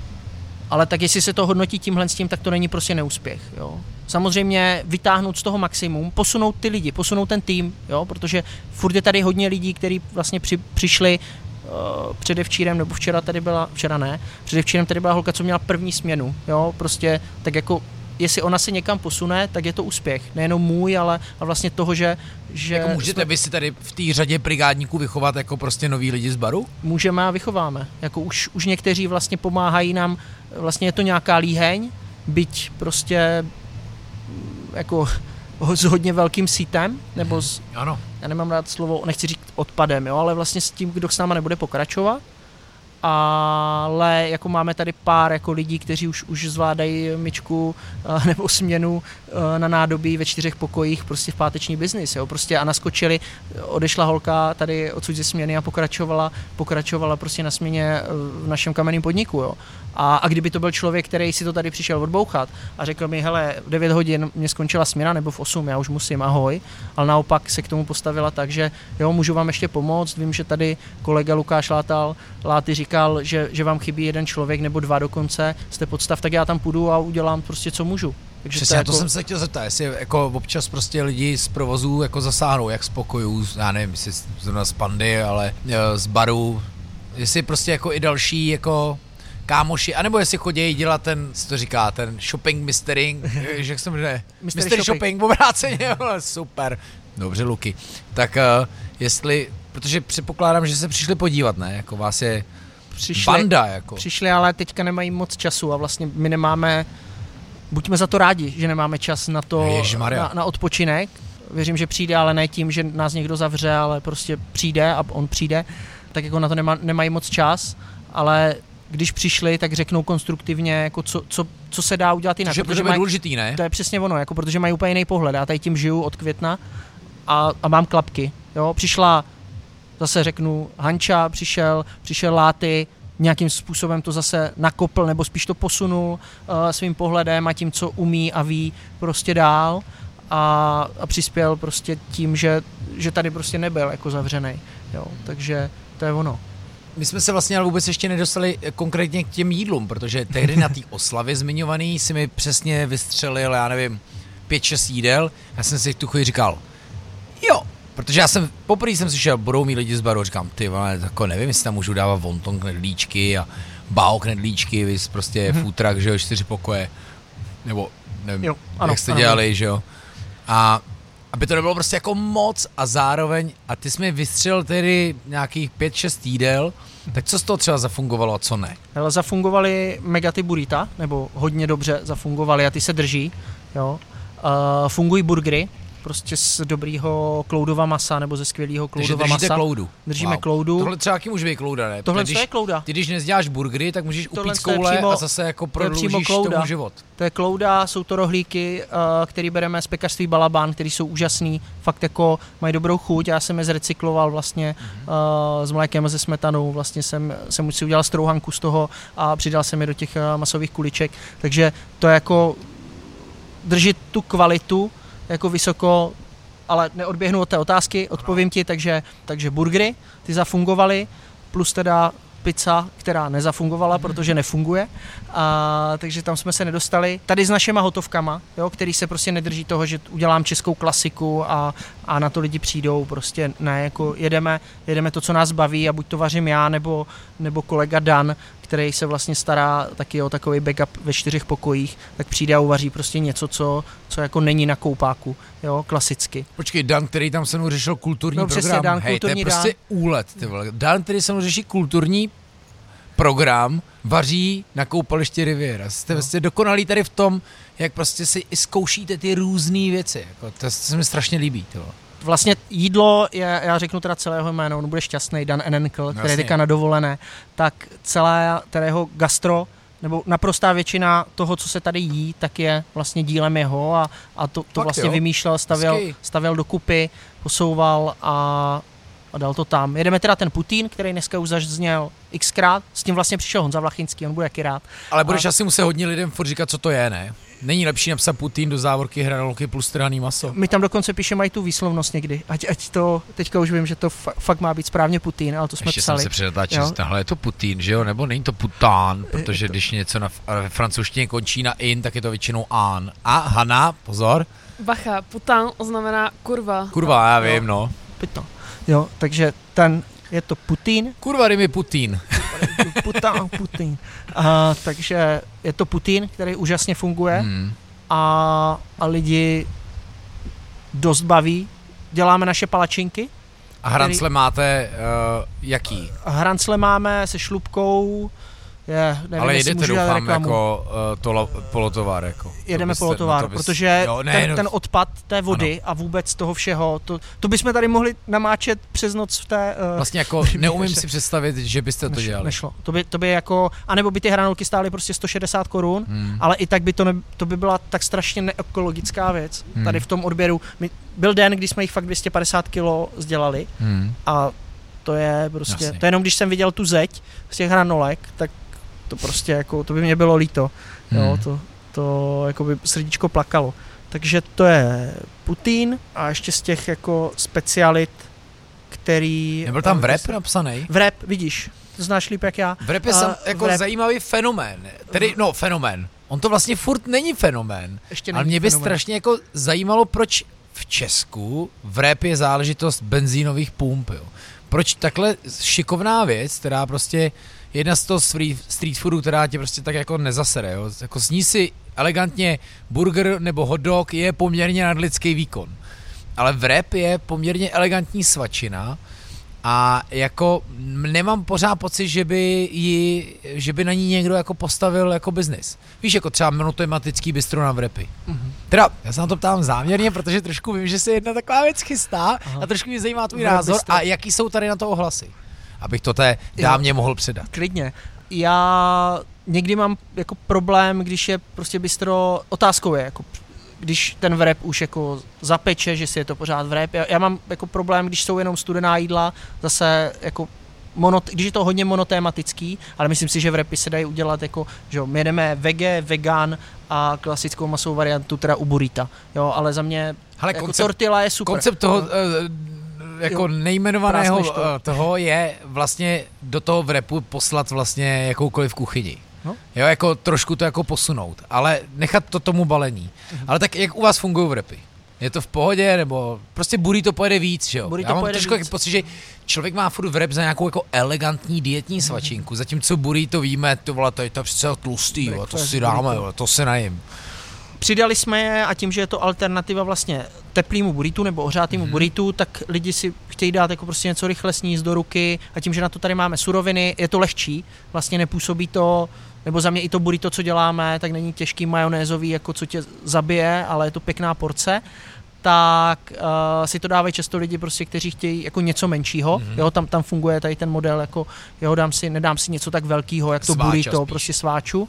Ale tak jestli se to hodnotí tímhle s tím, tak to není prostě neúspěch, jo. Samozřejmě vytáhnout z toho maximum, posunout ty lidi, posunout ten tým, jo, protože furt je tady hodně lidí, kteří vlastně při, přišli uh, předevčírem, nebo včera tady byla, včera ne, předevčírem tady byla holka, co měla první směnu, jo, prostě tak jako, jestli ona se někam posune, tak je to úspěch, nejenom můj, ale a vlastně toho, že... že jako můžete jsme... vy si tady v té řadě brigádníků vychovat jako prostě noví lidi z baru? Můžeme a vychováme, jako už, už někteří vlastně pomáhají nám, vlastně je to nějaká líheň, byť prostě jako s hodně velkým sítem, nebo s, ano. já nemám rád slovo, nechci říct odpadem, jo, ale vlastně s tím, kdo s náma nebude pokračovat. Ale jako máme tady pár jako lidí, kteří už, už zvládají myčku uh, nebo směnu uh, na nádobí ve čtyřech pokojích prostě v páteční biznis, jo, prostě a naskočili, odešla holka tady odsud ze směny a pokračovala, pokračovala prostě na směně v našem kamenném podniku, jo. A, a kdyby to byl člověk, který si to tady přišel odbouchat a řekl mi, hele, v devět hodin mě skončila směna, nebo v osm, já už musím, ahoj, ale naopak se k tomu postavila tak, že jo, můžu vám ještě pomoct, vím, že tady kolega Lukáš Látal, Láty říkal, že, že vám chybí jeden člověk nebo dva dokonce, jste podstav, tak já tam půjdu a udělám prostě, co můžu. Takže přesně, to, jako... to jsem se chtěl zeptat, jestli jako občas prostě lidi z provozů jako zasáhnou, jak z pokojů, já nevím, jestli zrovna z pandy, ale z baru, jestli prostě jako i další jako kámoši, anebo jestli chodí dělat ten, co to říká, ten shopping, mistering, jak se jmenuje? Mystery, mystery shopping, shopping obráceně, super, dobře Luky. Tak uh, jestli, protože předpokládám, že se přišli podívat, ne, jako vás je přišli, banda, jako. Přišli, ale teďka nemají moc času a vlastně my nemáme, buďme za to rádi, že nemáme čas na to, na, na odpočinek. Věřím, že přijde, ale ne tím, že nás někdo zavře, ale prostě přijde a on přijde, tak jako na to nemá, nemají moc čas, ale když přišli, tak řeknou konstruktivně, jako co, co, co se dá udělat jinak. Což je protože maj, důležitý, ne? To je přesně ono, jako protože mají úplně jiný pohled. Já tady tím žiju od května a, a mám klapky. Jo? Přišla, zase řeknu, Hanča, přišel, přišel Láty, nějakým způsobem to zase nakopl, nebo spíš to posunul uh, svým pohledem a tím, co umí a ví, prostě dál a, a přispěl prostě tím, že, že tady prostě nebyl jako zavřenej. Jo? Takže to je ono. My jsme se vlastně ale vůbec ještě nedostali konkrétně k těm jídlům, protože tehdy na té oslavě zmiňovaný si mi přesně vystřelil, já nevím, pět, šest jídel. Já jsem si v tu chvíli říkal, jo, protože já jsem, poprvé jsem si šel, budou mít lidi z baru, říkám, ty vole, jako nevím, jestli tam můžu dávat wonton knedlíčky a bao knedlíčky, vys prostě hmm. food truck, že jo, čtyři pokoje, nebo nevím, jo, ano, jak jste ano, dělali, ano. Že jo. A aby to nebylo prostě jako moc a zároveň, a ty jsi mi vystřelil tedy nějakých pět šest jídel, tak co z toho třeba zafungovalo a co ne? Hele, zafungovaly mega ty burrita, nebo hodně dobře zafungovaly a ty se drží, jo. Uh, fungují burgery, prostě z dobrýho kloudova masa, nebo ze skvělýho kloudova masa. Takže kloudu. Držíme wow. kloudu. Tohle třeba taky může být klouda, ne? Tohle když, je klouda. Ty když nezděláš burgery, tak můžeš Tohle upít koule přímo, a zase jako prodloužíš to tomu život. To je klouda, jsou to rohlíky, uh, který bereme z pekařství Balabán, který jsou úžasný, fakt jako mají dobrou chuť, já jsem je zrecykloval vlastně mm-hmm. uh, s mlékem a se smetanou, vlastně jsem, jsem si udělal strouhanku z toho a přidal jsem je do těch uh, masových kuliček, takže to jako drží tu kvalitu jako vysoko, ale neodběhnu od té otázky, odpovím ti, takže, takže burgery, ty zafungovaly, plus teda pizza, která nezafungovala, protože nefunguje, a, takže tam jsme se nedostali. Tady s našima hotovkama, jo, který se prostě nedrží toho, že udělám českou klasiku a, a na to lidi přijdou, prostě ne, jako jedeme, jedeme to, co nás baví a buď to vařím já, nebo, nebo kolega Dan, který se vlastně stará taky o takový backup ve čtyřech pokojích, tak přijde a uvaří prostě něco, co, co jako není na koupáku, jo, klasicky. Počkej, Dan, který tam se mnou řešil kulturní no, program, přesně, Dan, hej, to je Dan. prostě úlet, ty vole. Dan, který se mnou řeší kulturní program, vaří na koupališti Riviera. Jste no. vlastně dokonalí tady v tom, jak prostě si i zkoušíte ty různé věci, jako, to se mi strašně líbí, ty vole. Vlastně jídlo, je, já řeknu teda celého jméno, on bude šťastný, Dan Enenkl, který je teďka na dovolené, tak celé teda jeho gastro, nebo naprostá většina toho, co se tady jí, tak je vlastně dílem jeho a, a to, to vlastně jo. vymýšlel, stavěl, stavěl dokupy, posouval a, a dal to tam. Jedeme teda ten Putin, který dneska už zazněl xkrát, s tím vlastně přišel Honza Vlachinský, on bude jaký rád. Ale budeš a... asi muset hodně lidem furt říkat, co to je, ne? Není lepší napsat Putin do závorky hranolky plus trhaný maso? My tam dokonce píšeme i tu výslovnost někdy, ať, ať to, teďka už vím, že to fa- fakt má být správně Putin, ale to jsme Ještě psali. Ještě jsem se předatáčil, tahle je to Putin, že jo, nebo není to Pután, protože to... když něco na v francouzštině končí na in, tak je to většinou an. A Hana, pozor. Bacha, Pután znamená kurva. Kurva, já vím, no. Pito. Jo, takže ten, je to Putin. Kurva, je Putin. Pután, Putin. A, takže je to Putin, který úžasně funguje hmm. a, a lidi dost baví. Děláme naše palačinky. A hrancle který... máte uh, jaký? Hrancle máme se šlupkou, Je, nevím, ale jestli jedete můžu dělat doufám reklamu. jako uh, to polotovar. Jako. Jedeme byste, polotovar, no bys, protože jo, ne, ten, no, ten odpad té vody ano. a vůbec toho všeho, to, to bychom tady mohli namáčet přes noc v té... Uh, vlastně jako neumím si představit, že byste to nešlo, dělali. Nešlo. To by, to by jako, anebo by ty hranolky stály prostě sto šedesát korun, hmm. ale i tak by to, ne, to by byla tak strašně neekologická věc. Hmm. Tady v tom odběru. My, byl den, kdy jsme jich fakt dvě stě padesát kilo dělali hmm. a to je prostě, Jasně. to jenom když jsem viděl tu zeď z těch hranolek, tak to prostě jako, to by mě bylo líto, hmm. jo, to, to jako by srdíčko plakalo. Takže to je Putin a ještě z těch jako specialit, který... Nebyl tam vrep napsaný? Vrep, vidíš, to znáš líp jak já. Vrep je a, sam, jako vrep. zajímavý fenomén, tedy, no fenomén, on to vlastně furt není fenomén, Ještě není ale mě by fenomén. strašně jako zajímalo, proč v Česku vrep je záležitost benzínových pump, jo. Proč takhle šikovná věc, která prostě jedna z toho street foodu, která tě prostě tak jako nezasere, jo. Jako sní si elegantně burger nebo hot dog je poměrně nadlidský výkon. Ale vrep je poměrně elegantní svačina a jako nemám pořád pocit, že by, ji, že by na ní někdo jako postavil jako biznis. Víš, jako třeba monotematický bistro na vrepy. Mm-hmm. Teda, já se na to ptám záměrně, protože trošku vím, že se jedna taková věc chystá Aha. a trošku mě zajímá tvůj názor a jaký jsou tady na to ohlasy. Abych to té dámě jo. mohl předat. Klidně. Já někdy mám jako problém, když je prostě bistro, otázkou je, jako když ten vrep už jako zapeče, že si je to pořád vrep. Já, já mám jako problém, když jsou jenom studená jídla, zase jako monot, když je to hodně monotématický, ale myslím si, že vrepy se dají udělat jako, že jo, my jedeme vege, vegan a klasickou masovou variantu teda u burrita, jo, ale za mě Hele, jako koncept, tortilla je super. Koncept toho no. uh, jako jo, nejmenovaného to. toho je vlastně do toho vrepu poslat vlastně jakoukoliv kuchyni. No? Jo, jako trošku to jako posunout, ale nechat to tomu balení. Mhm. Ale tak jak u vás fungují vrepy? Je to v pohodě, nebo prostě burrito pojede víc, že jo? Burrito Já mám trošku víc. pocit, že člověk má furt vrep za nějakou jako elegantní dietní svačinku, mm. zatímco burrito víme, to vole, to je to přece tlustý, jo, to si dáme, jo, to se najím. Přidali jsme je a tím, že je to alternativa vlastně teplýmu buritu nebo ohřátýmu mm. buritu, tak lidi si chtějí dát jako prostě něco rychle sníst do ruky a tím, že na to tady máme suroviny, je to lehčí, vlastně nepůsobí to, nebo za mě i to burrito, co děláme, tak není těžký majonézový, jako co tě zabije, ale je to pěkná porce, tak uh, si to dávají často lidi prostě, kteří chtějí jako něco menšího, mm. jo, tam, tam funguje tady ten model, jako jo, dám si, nedám si něco tak velkýho, jak to Sváča burrito, spíš. Prostě sváču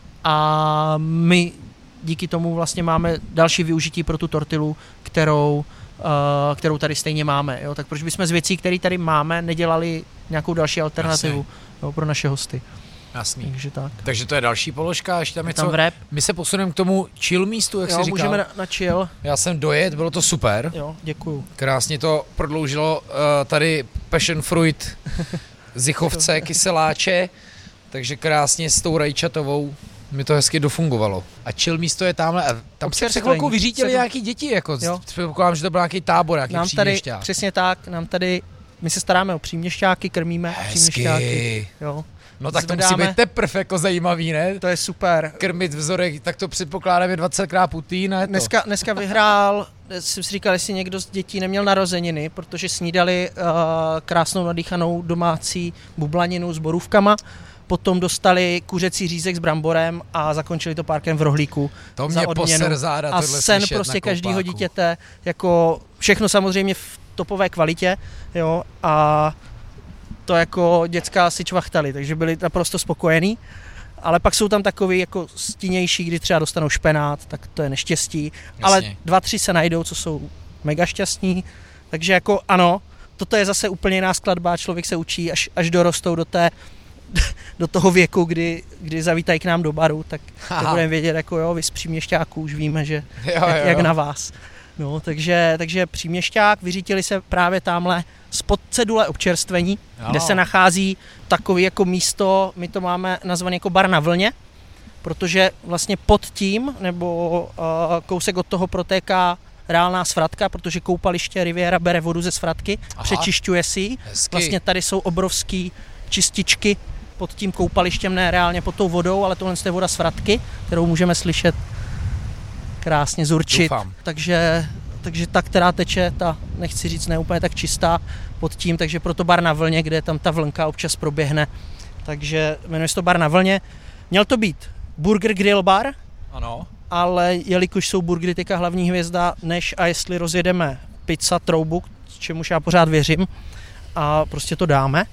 a my díky tomu vlastně máme další využití pro tu tortilu, kterou, uh, kterou tady stejně máme. Jo? Tak proč bychom z věcí, které tady máme, nedělali nějakou další alternativu jo, pro naše hosty. Jasný. Takže tak. Takže to je další položka, ještě tam je tam co? Vrep. My se posuneme k tomu chill místu, jak jo, jsi říkal. můžeme na, na chill. Já jsem dojet, bylo to super. Jo, děkuju. Krásně to prodloužilo uh, tady passion fruit zichovce, kyseláče, takže krásně s tou rajčatovou mi to hezky dofungovalo. A chill místo je tamhle, a tam se před chvilkou vyřítili to... nějaký děti, jako předpokládám, že to byl nějaký tábor, nějaký nám příměšťák. Tady, přesně tak, nám tady, my se staráme o příměšťáky, krmíme hezky. Příměšťáky. Jo. No tak to musí být teprve jako zajímavý, ne? To je super. Krmit vzorek, tak to předpokládám je dvacetkrát Putin, ne to? Dneska, dneska vyhrál, jsem si říkal, jestli někdo z dětí neměl narozeniny, protože snídali uh, krásnou nadýchanou domácí bublaninu s borůvkama, potom dostali kuřecí řízek s bramborem a zakončili to párkem v rohlíku. To mě poser záda, a sen prostě každýho dítěte, jako všechno samozřejmě v topové kvalitě, jo, a to jako děcka si čvachtali, takže byli naprosto spokojení. Ale pak jsou tam takový jako stínější, kdy třeba dostanou špenát, tak to je neštěstí. Jasně. Ale dva, tři se najdou, co jsou mega šťastní. Takže jako ano, toto je zase úplně jiná skladba, člověk se učí, až, až dorostou do té do toho věku, kdy, kdy zavítají k nám do baru, tak to budeme vědět, jako jo, vy z příměšťáků už víme, že jo, jak, jo. jak na vás. No, takže, takže příměšťák, vyřítili se právě tamhle spod cedule občerstvení, jo. Kde se nachází takový jako místo, my to máme nazvané jako bar na vlně, protože vlastně pod tím, nebo uh, kousek od toho protéká reálná svratka, protože koupaliště Riviera bere vodu ze svratky, aha. Přečišťuje si ji. Vlastně tady jsou obrovský čističky pod tím koupalištěm, ne reálně pod tou vodou, ale tohle je voda z vratky, kterou můžeme slyšet krásně zurčit. Doufám. Takže, takže ta, která teče, ta, nechci říct, ne úplně tak čistá pod tím, takže proto bar na vlně, kde tam ta vlnka občas proběhne Takže jmenuje se to Bar na vlně. Měl to být Burger Grill bar, Ano. ale jelikož jsou burgery teďka hlavní hvězda, než a jestli rozjedeme pizza troubu, čemuž já pořád věřím, a prostě to dáme.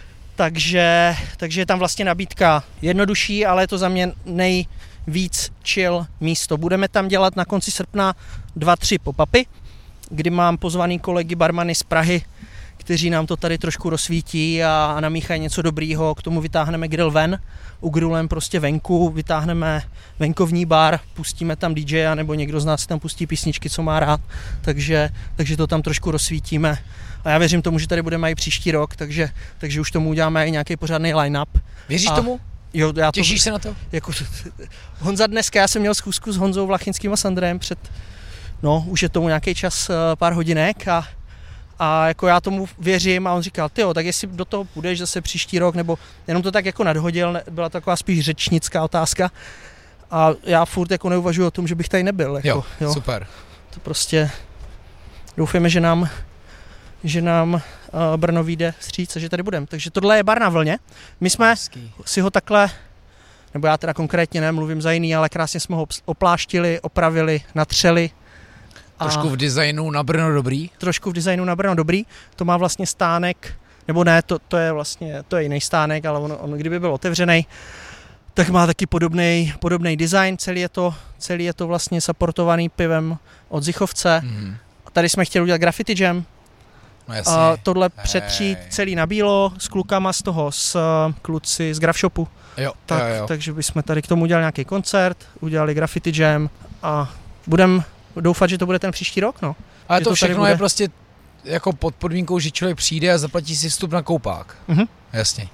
Takže, takže je tam vlastně nabídka jednodušší, ale je to za mě nejvíc chill místo. Budeme tam dělat na konci srpna dva, tři pop-upy, kdy mám pozvaný kolegy barmany z Prahy, kteří nám to tady trošku rozsvítí a, a namíchají něco dobrýho. K tomu vytáhneme grill ven, ugrillujeme prostě venku, vytáhneme venkovní bar, pustíme tam dý džeja, nebo někdo z nás si tam pustí písničky, co má rád, takže, takže to tam trošku rozsvítíme. A já věřím tomu, že tady budeme i příští rok, takže, takže už tomu uděláme i nějaký pořádný line-up. Věříš a, tomu? Jo, já to, Těšíš se na to? Jako, Honza dneska, já jsem měl schůzku s Honzou Vlachinským a s Andrejem před, no, už je tomu nějaký čas, pár hodinek a A jako já tomu věřím a on říkal, tyjo, tak jestli do toho půjdeš zase příští rok, nebo jenom to tak jako nadhodil, byla taková spíš řečnická otázka a já furt jako neuvažuji o tom, že bych tady nebyl. Jako, jo, jo, super. To prostě doufáme, že nám, že nám uh, Brno vyjde vstříc a že tady budeme. Takže tohle je Bar na vlně. My jsme Hezký. si ho takhle, nebo já teda konkrétně nemluvím za jiný, ale krásně jsme ho opláštili, opravili, natřeli. Trošku v designu na Brno dobrý. Trošku v designu na Brno dobrý. To má vlastně stánek, nebo ne, to, to je vlastně, to je jiný stánek, ale on, on kdyby byl otevřený, tak má taky podobný, podobný design. Celý je, to, celý je to vlastně supportovaný pivem od Zichovce. Mm. A tady jsme chtěli udělat graffiti jam. No jasně. A tohle Hej. přetřít celý na bílo s klukama z toho, s uh, kluci z Grafshopu. Jo, Tak, jo, jo. takže bychom tady k tomu udělali nějaký koncert, udělali graffiti jam a budeme doufat, že to bude ten příští rok, no. Ale že to to tady všechno bude. je prostě jako pod podmínkou, že člověk přijde a zaplatí si vstup na koupák. Mhm. Jasně.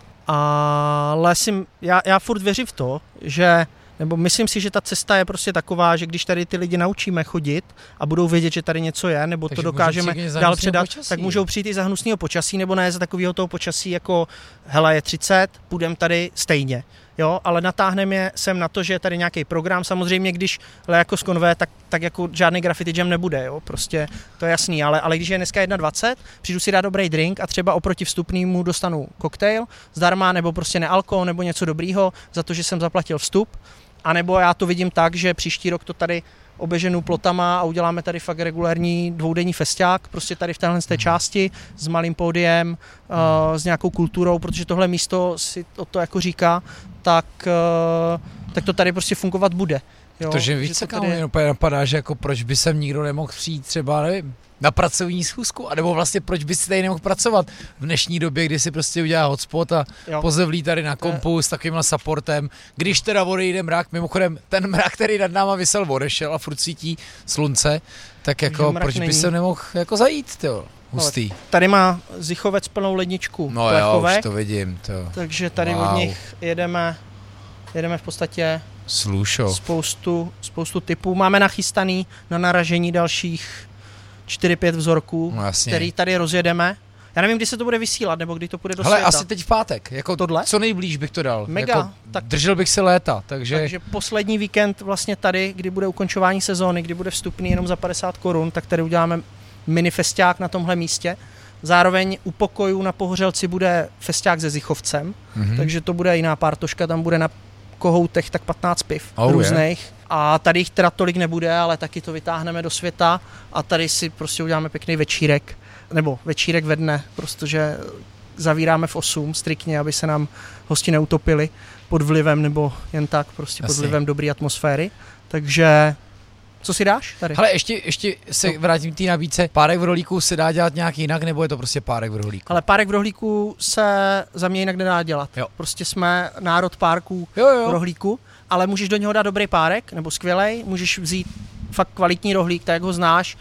Ale si, já, já furt věřím v to, že, nebo myslím si, že ta cesta je prostě taková, že když tady ty lidi naučíme chodit a budou vědět, že tady něco je, nebo Takže to můžou dokážeme přijít za dál hnusného předat, počasí. tak můžou přijít i za hnusného počasí, nebo ne za takového toho počasí jako hele je třicet, půjdeme tady stejně. Jo, ale natáhneme je sem na to, že je tady nějaký program. Samozřejmě, když le jako z konve, tak, tak jako žádný graffiti jam nebude, jo, prostě to je jasný, ale, ale když je dneska dvacet jedna, přijdu si dát dobrý drink a třeba oproti vstupnému dostanu koktejl zdarma, nebo prostě nealko, nebo něco dobrýho za to, že jsem zaplatil vstup, a nebo já to vidím tak, že příští rok to tady obeženu plotama a uděláme tady fakt regulární dvoudenní festiák, prostě tady v téhle z té části s malým pódiem, uh, s nějakou kulturou, protože tohle místo si o to jako říká, tak, uh, tak to tady prostě fungovat bude. Jo? Protože víc se kámo, mě úplně napadá, že jako proč by sem nikdo nemohl přijít třeba, nevím, na pracovní schůzku, anebo vlastně proč by si tady nemohl pracovat v dnešní době, kdy si prostě udělá hotspot a Jo. pozevlí tady na kompu s takovýmhle supportem. Když teda odejde mrak, mimochodem ten mrak, který nad náma visel, odešel a furt svítí slunce, tak jako mrak proč by není. se nemohl jako zajít, tyjo, hustý. Tady má Zichovec plnou ledničku No jo, plechovek, už to vidím, to takže tady Wow. od nich jedeme, jedeme v podstatě slušo. spoustu, spoustu typů. Máme nachystaný na naražení dalších čtyři pět vzorků, No jasně. který tady rozjedeme. Já nevím, kdy se to bude vysílat, nebo kdy to bude do Hele, světa. asi teď v pátek, jako Tohle? co nejblíž bych to dal. Mega, Jako, tak- držel bych se léta, takže, Takže poslední víkend vlastně tady, kdy bude ukončování sezóny, kdy bude vstupný jenom za padesát korun, tak tady uděláme mini festiák na tomhle místě. Zároveň u pokojů na Pohořelci bude festiák se Zichovcem, Mhm. takže to bude jiná pártoška, tam bude na kohoutech tak patnáct piv Oh, různých. A tady jich teda tolik nebude, ale taky to vytáhneme do světa a tady si prostě uděláme pěkný večírek, nebo večírek ve dne, protože zavíráme v osm striktně, aby se nám hosti neutopili pod vlivem nebo jen tak prostě pod Jasně. vlivem dobré atmosféry. Takže co si dáš tady? Hele, ještě, ještě se vrátím k té nabídce. Párek v rohlíku se dá dělat nějak jinak, nebo je to prostě párek v rohlíku? Ale párek v rohlíku se za mě jinak nedá dělat. Jo. Prostě jsme národ párků Jo, jo. v rohlíku, ale můžeš do něho dát dobrý párek, nebo skvělej, můžeš vzít fakt kvalitní rohlík, tak jak ho znáš,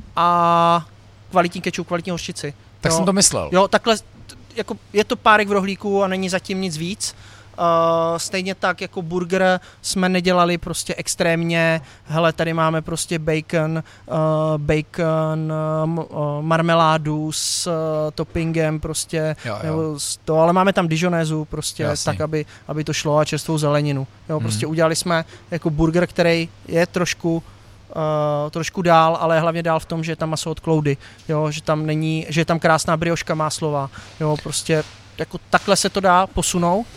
a kvalitní kečup, kvalitní hořčici. Tak jo. jsem to myslel. Jo, takhle, t- jako je to párek v rohlíku a není zatím nic víc. Uh, stejně tak jako burger jsme nedělali prostě extrémně, hele, tady máme prostě bacon, uh, bacon, uh, marmeládu s uh, toppingem prostě, Jo, jo. nebo s to, ale máme tam dijonézu prostě, Jasně. tak, aby, aby to šlo, a čerstvou zeleninu. Jo, Mhm. prostě udělali jsme jako burger, který je trošku Uh, trošku dál, ale hlavně dál v tom, že je tam maso od kloudy, jo, že tam není, že je tam krásná brioška máslová, jo, prostě jako takhle se to dá posunout.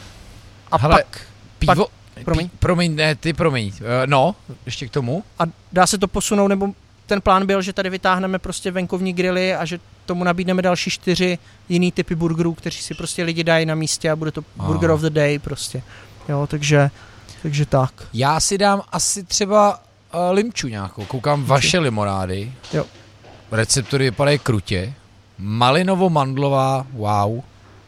A Hele, pak, pivo, pak promiň. Pí, promiň, ne, ty promiň. Uh, no, ještě k tomu. A dá se to posunout, nebo ten plán byl, že tady vytáhneme prostě venkovní grily a že tomu nabídneme další čtyři jiný typy burgerů, kteří si prostě lidi dají na místě a bude to Aha. burger of the day prostě. Jo, takže, takže tak. Já si dám asi třeba uh, limču nějakou. Koukám limču. Vaše limonády. Jo. Receptury vypadají krutě. Malinovo-mandlová, wow.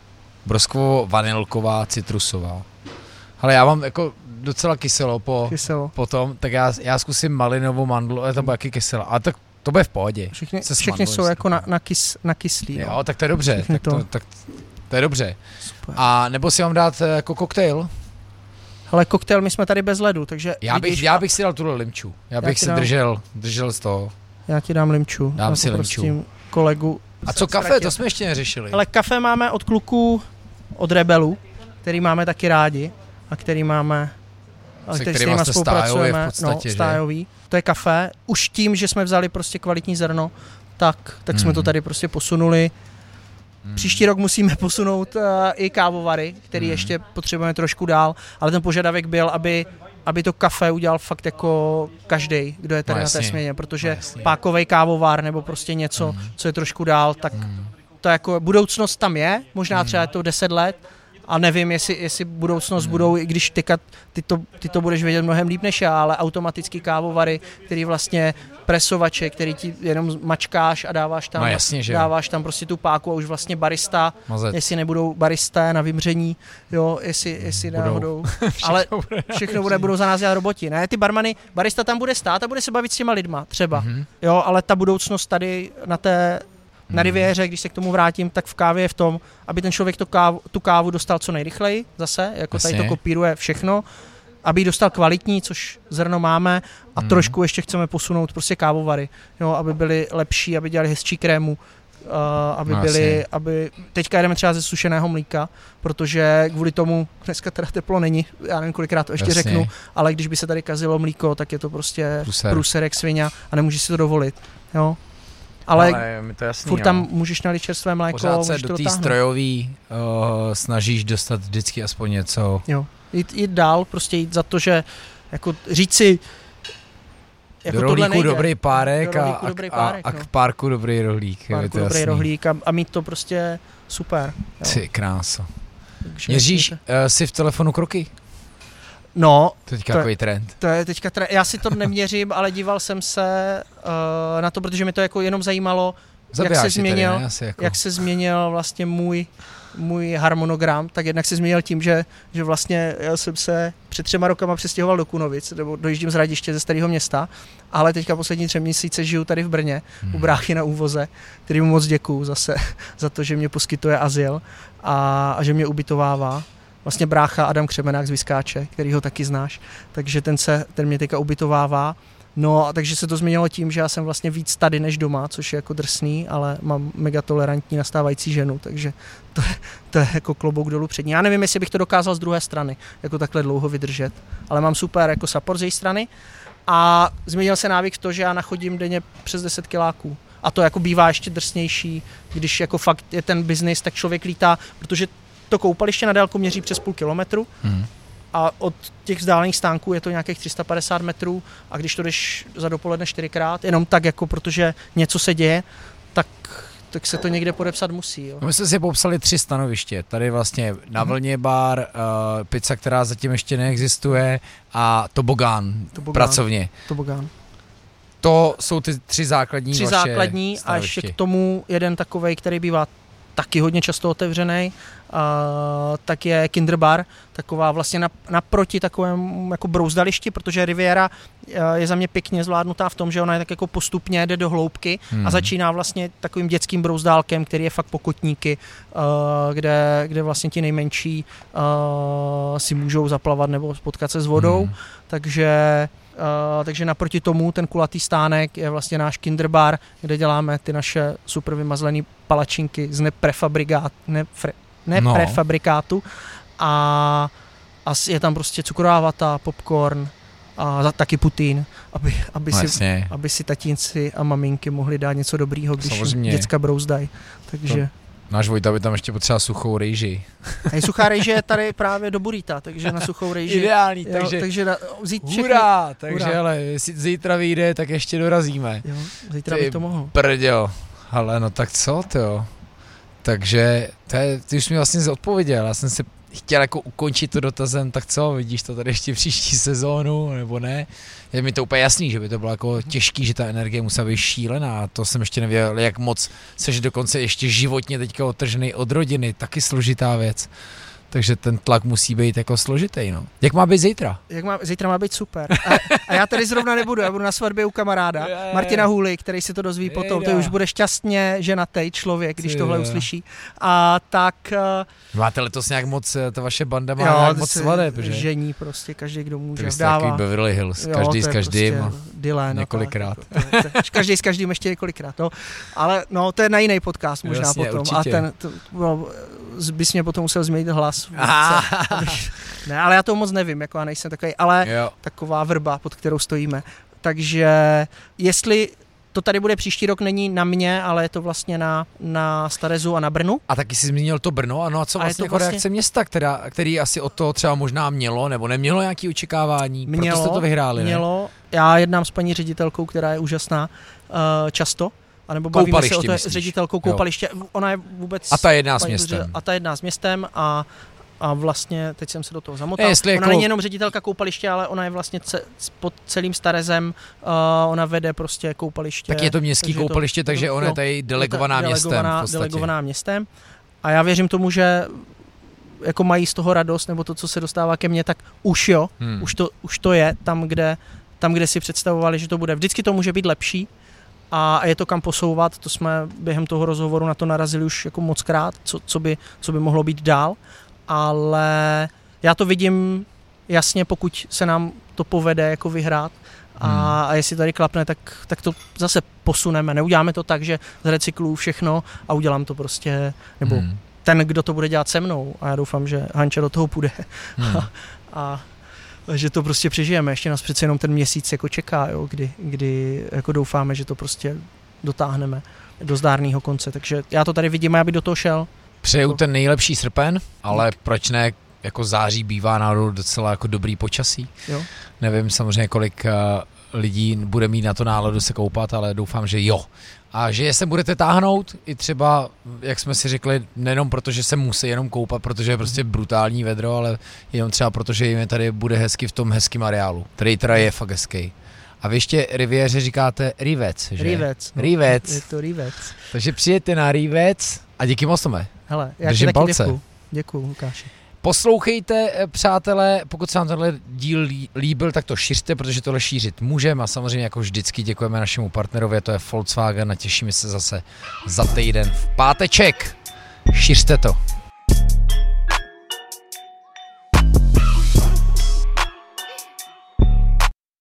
Broskovo-vanilková, citrusová. Ale já mám jako docela kyselo po, Kyselo. potom, tak já, já zkusím malinovo mandlu, ale to bude jaký kyselo. A tak to bude v pohodě. Všechny, Se všechny jsou smandlou, jako na, na, kys, na kyslý. Jo, tak to je dobře. Tak to, to. tak to je dobře. Super. A nebo si mám dát jako koktejl? Hele, koktejl, my jsme tady bez ledu, takže Já bych, vidíš, já bych si dal tuhle limču. Já, Já bych ti si dám- držel, držel z toho. já ti dám limču. Dám Já si poprosím limču. kolegu. A co kafe? Ztratil. To jsme ještě neřešili. Ale kafe máme od kluků, od Rebelů, který máme taky rádi a který máme, a Se který, s kterýma kterýma jste spolupracujeme, stájový v podstatě, no, že? stájový. To je kafe. Už tím, že jsme vzali prostě kvalitní zrno, tak, tak Hmm. jsme to tady prostě posunuli. Hmm. Příští rok musíme posunout uh, i kávovary, který Hmm. ještě potřebujeme trošku dál, ale ten požadavek byl, aby, aby to kafe udělal fakt jako každej, kdo je tady No na té jasně. směně, protože No jasně. pákovej kávovar nebo prostě něco, Hmm. co je trošku dál, tak Hmm. to jako budoucnost tam je, možná Hmm. třeba je to deset let a nevím, jestli, jestli budoucnost Hmm. budou, i když tyka, ty, to, ty to budeš vědět mnohem líp než já, ale automatický kávovary, který vlastně presovače, který ti jenom mačkáš a dáváš tam, No jasně, že jo. dáváš tam prostě tu páku a už vlastně barista, Mazet. jestli nebudou baristé na vymření, jo, jestli, jestli Budou. náhodou, ale všechno bude, budou za nás dělat roboti, ne, ty barmany, barista tam bude stát a bude se bavit s těma lidma, třeba, Mhm. jo, ale ta budoucnost tady na té, na Mhm. riviéře, když se k tomu vrátím, tak v kávě je v tom, aby ten člověk tu kávu, tu kávu dostal co nejrychleji, zase, jako tady Jasně. to kopíruje všechno, aby ji dostal kvalitní, což zrno máme a Mhm. trošku ještě chceme posunout prostě kávovary, jo, aby byly lepší, aby dělali hezčí krému, uh, aby No, byly, jasně. aby, teďka jdeme třeba ze sušeného mlíka, protože kvůli tomu, dneska teda teplo není, já nevím kolikrát to ještě Jasně. řeknu, ale když by se tady kazilo mlíko, tak je to prostě Průser. průserek svině a nemůžeš si to dovolit, jo. Ale, Ale mi to jasný, furt no. tam můžeš nalít čerstvé mléko, Pořád se můžeš to do té dotáhnout. strojový uh, snažíš dostat vždycky aspoň něco. Jo, jít, jít dál, prostě jít za to, že jako říct si, jako do tohle rohlíku nejde. dobrý párek, Do a, rohlíku a, dobrý a, párek, a no. k párku dobrý rohlík. Párku je to dobrý jasný. rohlík a, a mít to prostě super. Jo. Ty krása. Takže Měříš uh, myslím, si v telefonu kroky? No, To je teďka To je- takový trend. to je teďka, tre- já si to neměřím, ale díval jsem se uh, na to, protože mi to jako jenom zajímalo, Zabíháš se si tady, změnil- ne? Asi jako. jak se změnil vlastně můj, můj harmonogram, tak jednak se změnil tím, že, že vlastně já jsem se před třema rokama přestěhoval do Kunovic, nebo dojíždím z Hradiště ze starého města, ale teďka poslední tři měsíce žiju tady v Brně, Hmm. u bráchy na úvoze, který mu moc děkuju zase za to, že mě poskytuje azyl a, a že mě ubytovává. Vlastně brácha Adam Křemenák z Vyskáče, který ho taky znáš, takže ten, se, ten mě teďka ubytovává. No, a takže se to změnilo tím, že já jsem vlastně víc tady než doma, což je jako drsný, ale mám mega tolerantní nastávající ženu, takže to je, to je jako klobouk dolů před ní. Já nevím, jestli bych to dokázal z druhé strany, jako takhle dlouho vydržet, ale mám super jako support z její strany a změnil se návyk v to, že já nachodím denně přes deset kiláků. A to jako bývá ještě drsnější, když jako fakt je ten biznis, tak člověk lítá, protože to koupaliště na délku měří přes půl kilometru, Hmm. a od těch vzdálených stánků je to nějakých tři sta padesát metrů a když to jdeš za dopoledne čtyřikrát, jenom tak jako protože něco se děje, tak, tak se to někde podepsat musí. Jo. No, my jsme si popsali tři stanoviště. Tady vlastně na vlně bar, uh, pizza, která zatím ještě neexistuje a tobogán, Tobogán. pracovně. Tobogán. To jsou ty tři základní Tři vaše základní a stanoviště. ještě k tomu jeden takovej, který bývá taky hodně často otevřený, uh, tak je Kinder Bar, taková vlastně nap, naproti takovému jako brouzdališti, protože Riviera uh, je za mě pěkně zvládnutá v tom, že ona je tak jako postupně jde do hloubky Hmm. a začíná vlastně takovým dětským brouzdálkem, který je fakt pokotníky, uh, kde, kde vlastně ti nejmenší uh, si můžou zaplavat nebo potkat se s vodou, Hmm. takže Uh, takže naproti tomu ten kulatý stánek je vlastně náš Kinder Bar, kde děláme ty naše super vymazlené palačinky z neprefabrikát, nefre, neprefabrikátu a, a je tam prostě cukrová vata, popcorn a za, taky putín, aby, aby, No, si, jasně. aby si tatínci a maminky mohli dát něco dobrýho, když Samozřejmě. děcka brouzdají. Takže Náš Vojta by tam ještě potřeboval suchou rejži. A suchá rejže je tady právě do burrita, takže na suchou rejži. Ideální, jo, takže, takže na, vzít všechny. hurá, takže hurá. hele, jestli zítra vyjde, tak ještě dorazíme. Jo, zítra by to mohlo. Prděl, ale no tak co to? Takže to je, ty už mi vlastně odpověděl, já jsem si chtěl jako ukončit to dotazem, tak co, vidíš to tady ještě příští sezónu, nebo ne? Je mi to úplně jasný, že by to bylo jako těžký, že ta energie musela být šílená, to jsem ještě nevěděl, jak moc seš dokonce ještě životně teďka otržený od rodiny, taky složitá věc. Takže ten tlak musí být jako složitý, no. Jak má být zítra? Jak má, zítra má být super. A, a já tady zrovna nebudu, já budu na svatbě u kamaráda, je, Martina Hůly, který si to dozví je, potom, to už bude šťastně ženatý člověk, když je. tohle uslyší. A tak... Máte letos nějak moc, ta vaše banda má jo, nějak moc svadeb, že? Žení prostě, každý, kdo může, tak vdává. Takový Beverly Hills, jo, každý s každým prostě Dylan, několikrát. Tak, to, to, to, každý s každým ještě několikrát, no. Ale no, to je na jiný podcast možná Jasně, potom. Určitě. A ten, to, no, bys mě potom musel změnit hlas. Ne, ale já to moc nevím, jako já nejsem takový, ale jo. taková vrba, pod kterou stojíme. Takže jestli to tady bude příští rok, není na mě, ale je to vlastně na, na Starezu a na Brnu. A taky jsi zmínil to Brno, ano, a co vlastně, jako vlastně reakce města, která, který asi od toho třeba možná mělo, nebo nemělo nějaké očekávání, mělo, proto jste to vyhráli, mělo. Ne? Já jednám s paní ředitelkou, která je úžasná, uh, často. A nebo bavíme se o to ředitelkou koupaliště. Jo. Ona je vůbec... A ta jedná s městem. A ta jedná s městem a A vlastně, teď jsem se do toho zamotal, je, ona jako... není jenom ředitelka koupaliště, ale ona je vlastně ce, pod celým Starezem, uh, ona vede prostě koupaliště. Tak je to městský takže koupaliště, to, takže ona je tady delegovaná městem delegovaná, delegovaná městem. A já věřím tomu, že jako mají z toho radost, nebo to, co se dostává ke mně, tak už jo, hmm. už, to, už to je tam kde, tam, kde si představovali, že to bude. Vždycky to může být lepší a je to kam posouvat, to jsme během toho rozhovoru na to narazili už jako mockrát, co, co, by, co by mohlo být dál. Ale já to vidím jasně, pokud se nám to povede jako vyhrát a, hmm. a jestli tady klapne, tak, tak to zase posuneme. Neuděláme to tak, že zrecykluju všechno a udělám to prostě, nebo hmm. ten, kdo to bude dělat se mnou a já doufám, že Hanča do toho půjde hmm. a, a že to prostě přežijeme. Ještě nás přece jenom ten měsíc jako čeká, jo, kdy, kdy jako doufáme, že to prostě dotáhneme do zdárného konce. Takže já to tady vidím a já bych do toho šel. Přeju ten nejlepší srpen, ale proč ne, jako září bývá náhodou docela jako dobrý počasí. Jo. Nevím samozřejmě, kolik uh, lidí bude mít na to náladu se koupat, ale doufám, že jo. A že se budete táhnout i třeba, jak jsme si řekli, nejenom proto, že se musí jenom koupat, protože je prostě brutální vedro, ale jenom třeba proto, že jim tady bude hezky v tom hezkým areálu, který teda je fakt hezký. A vy ještě Riviéře říkáte Rivec, že? Rivec. No. Rivec. Je to Rivec. Takže přijďte na Rivec a díky moc tome. Hele, já ti taky děkuju. Děkuju, Lukáši. Poslouchejte, přátelé, pokud se vám tenhle díl líbil, tak to šiřte, protože tohle šířit můžeme a samozřejmě jako vždycky děkujeme našemu partnerovi, to je Volkswagen a těšíme se zase za týden v páteček. Šiřte to.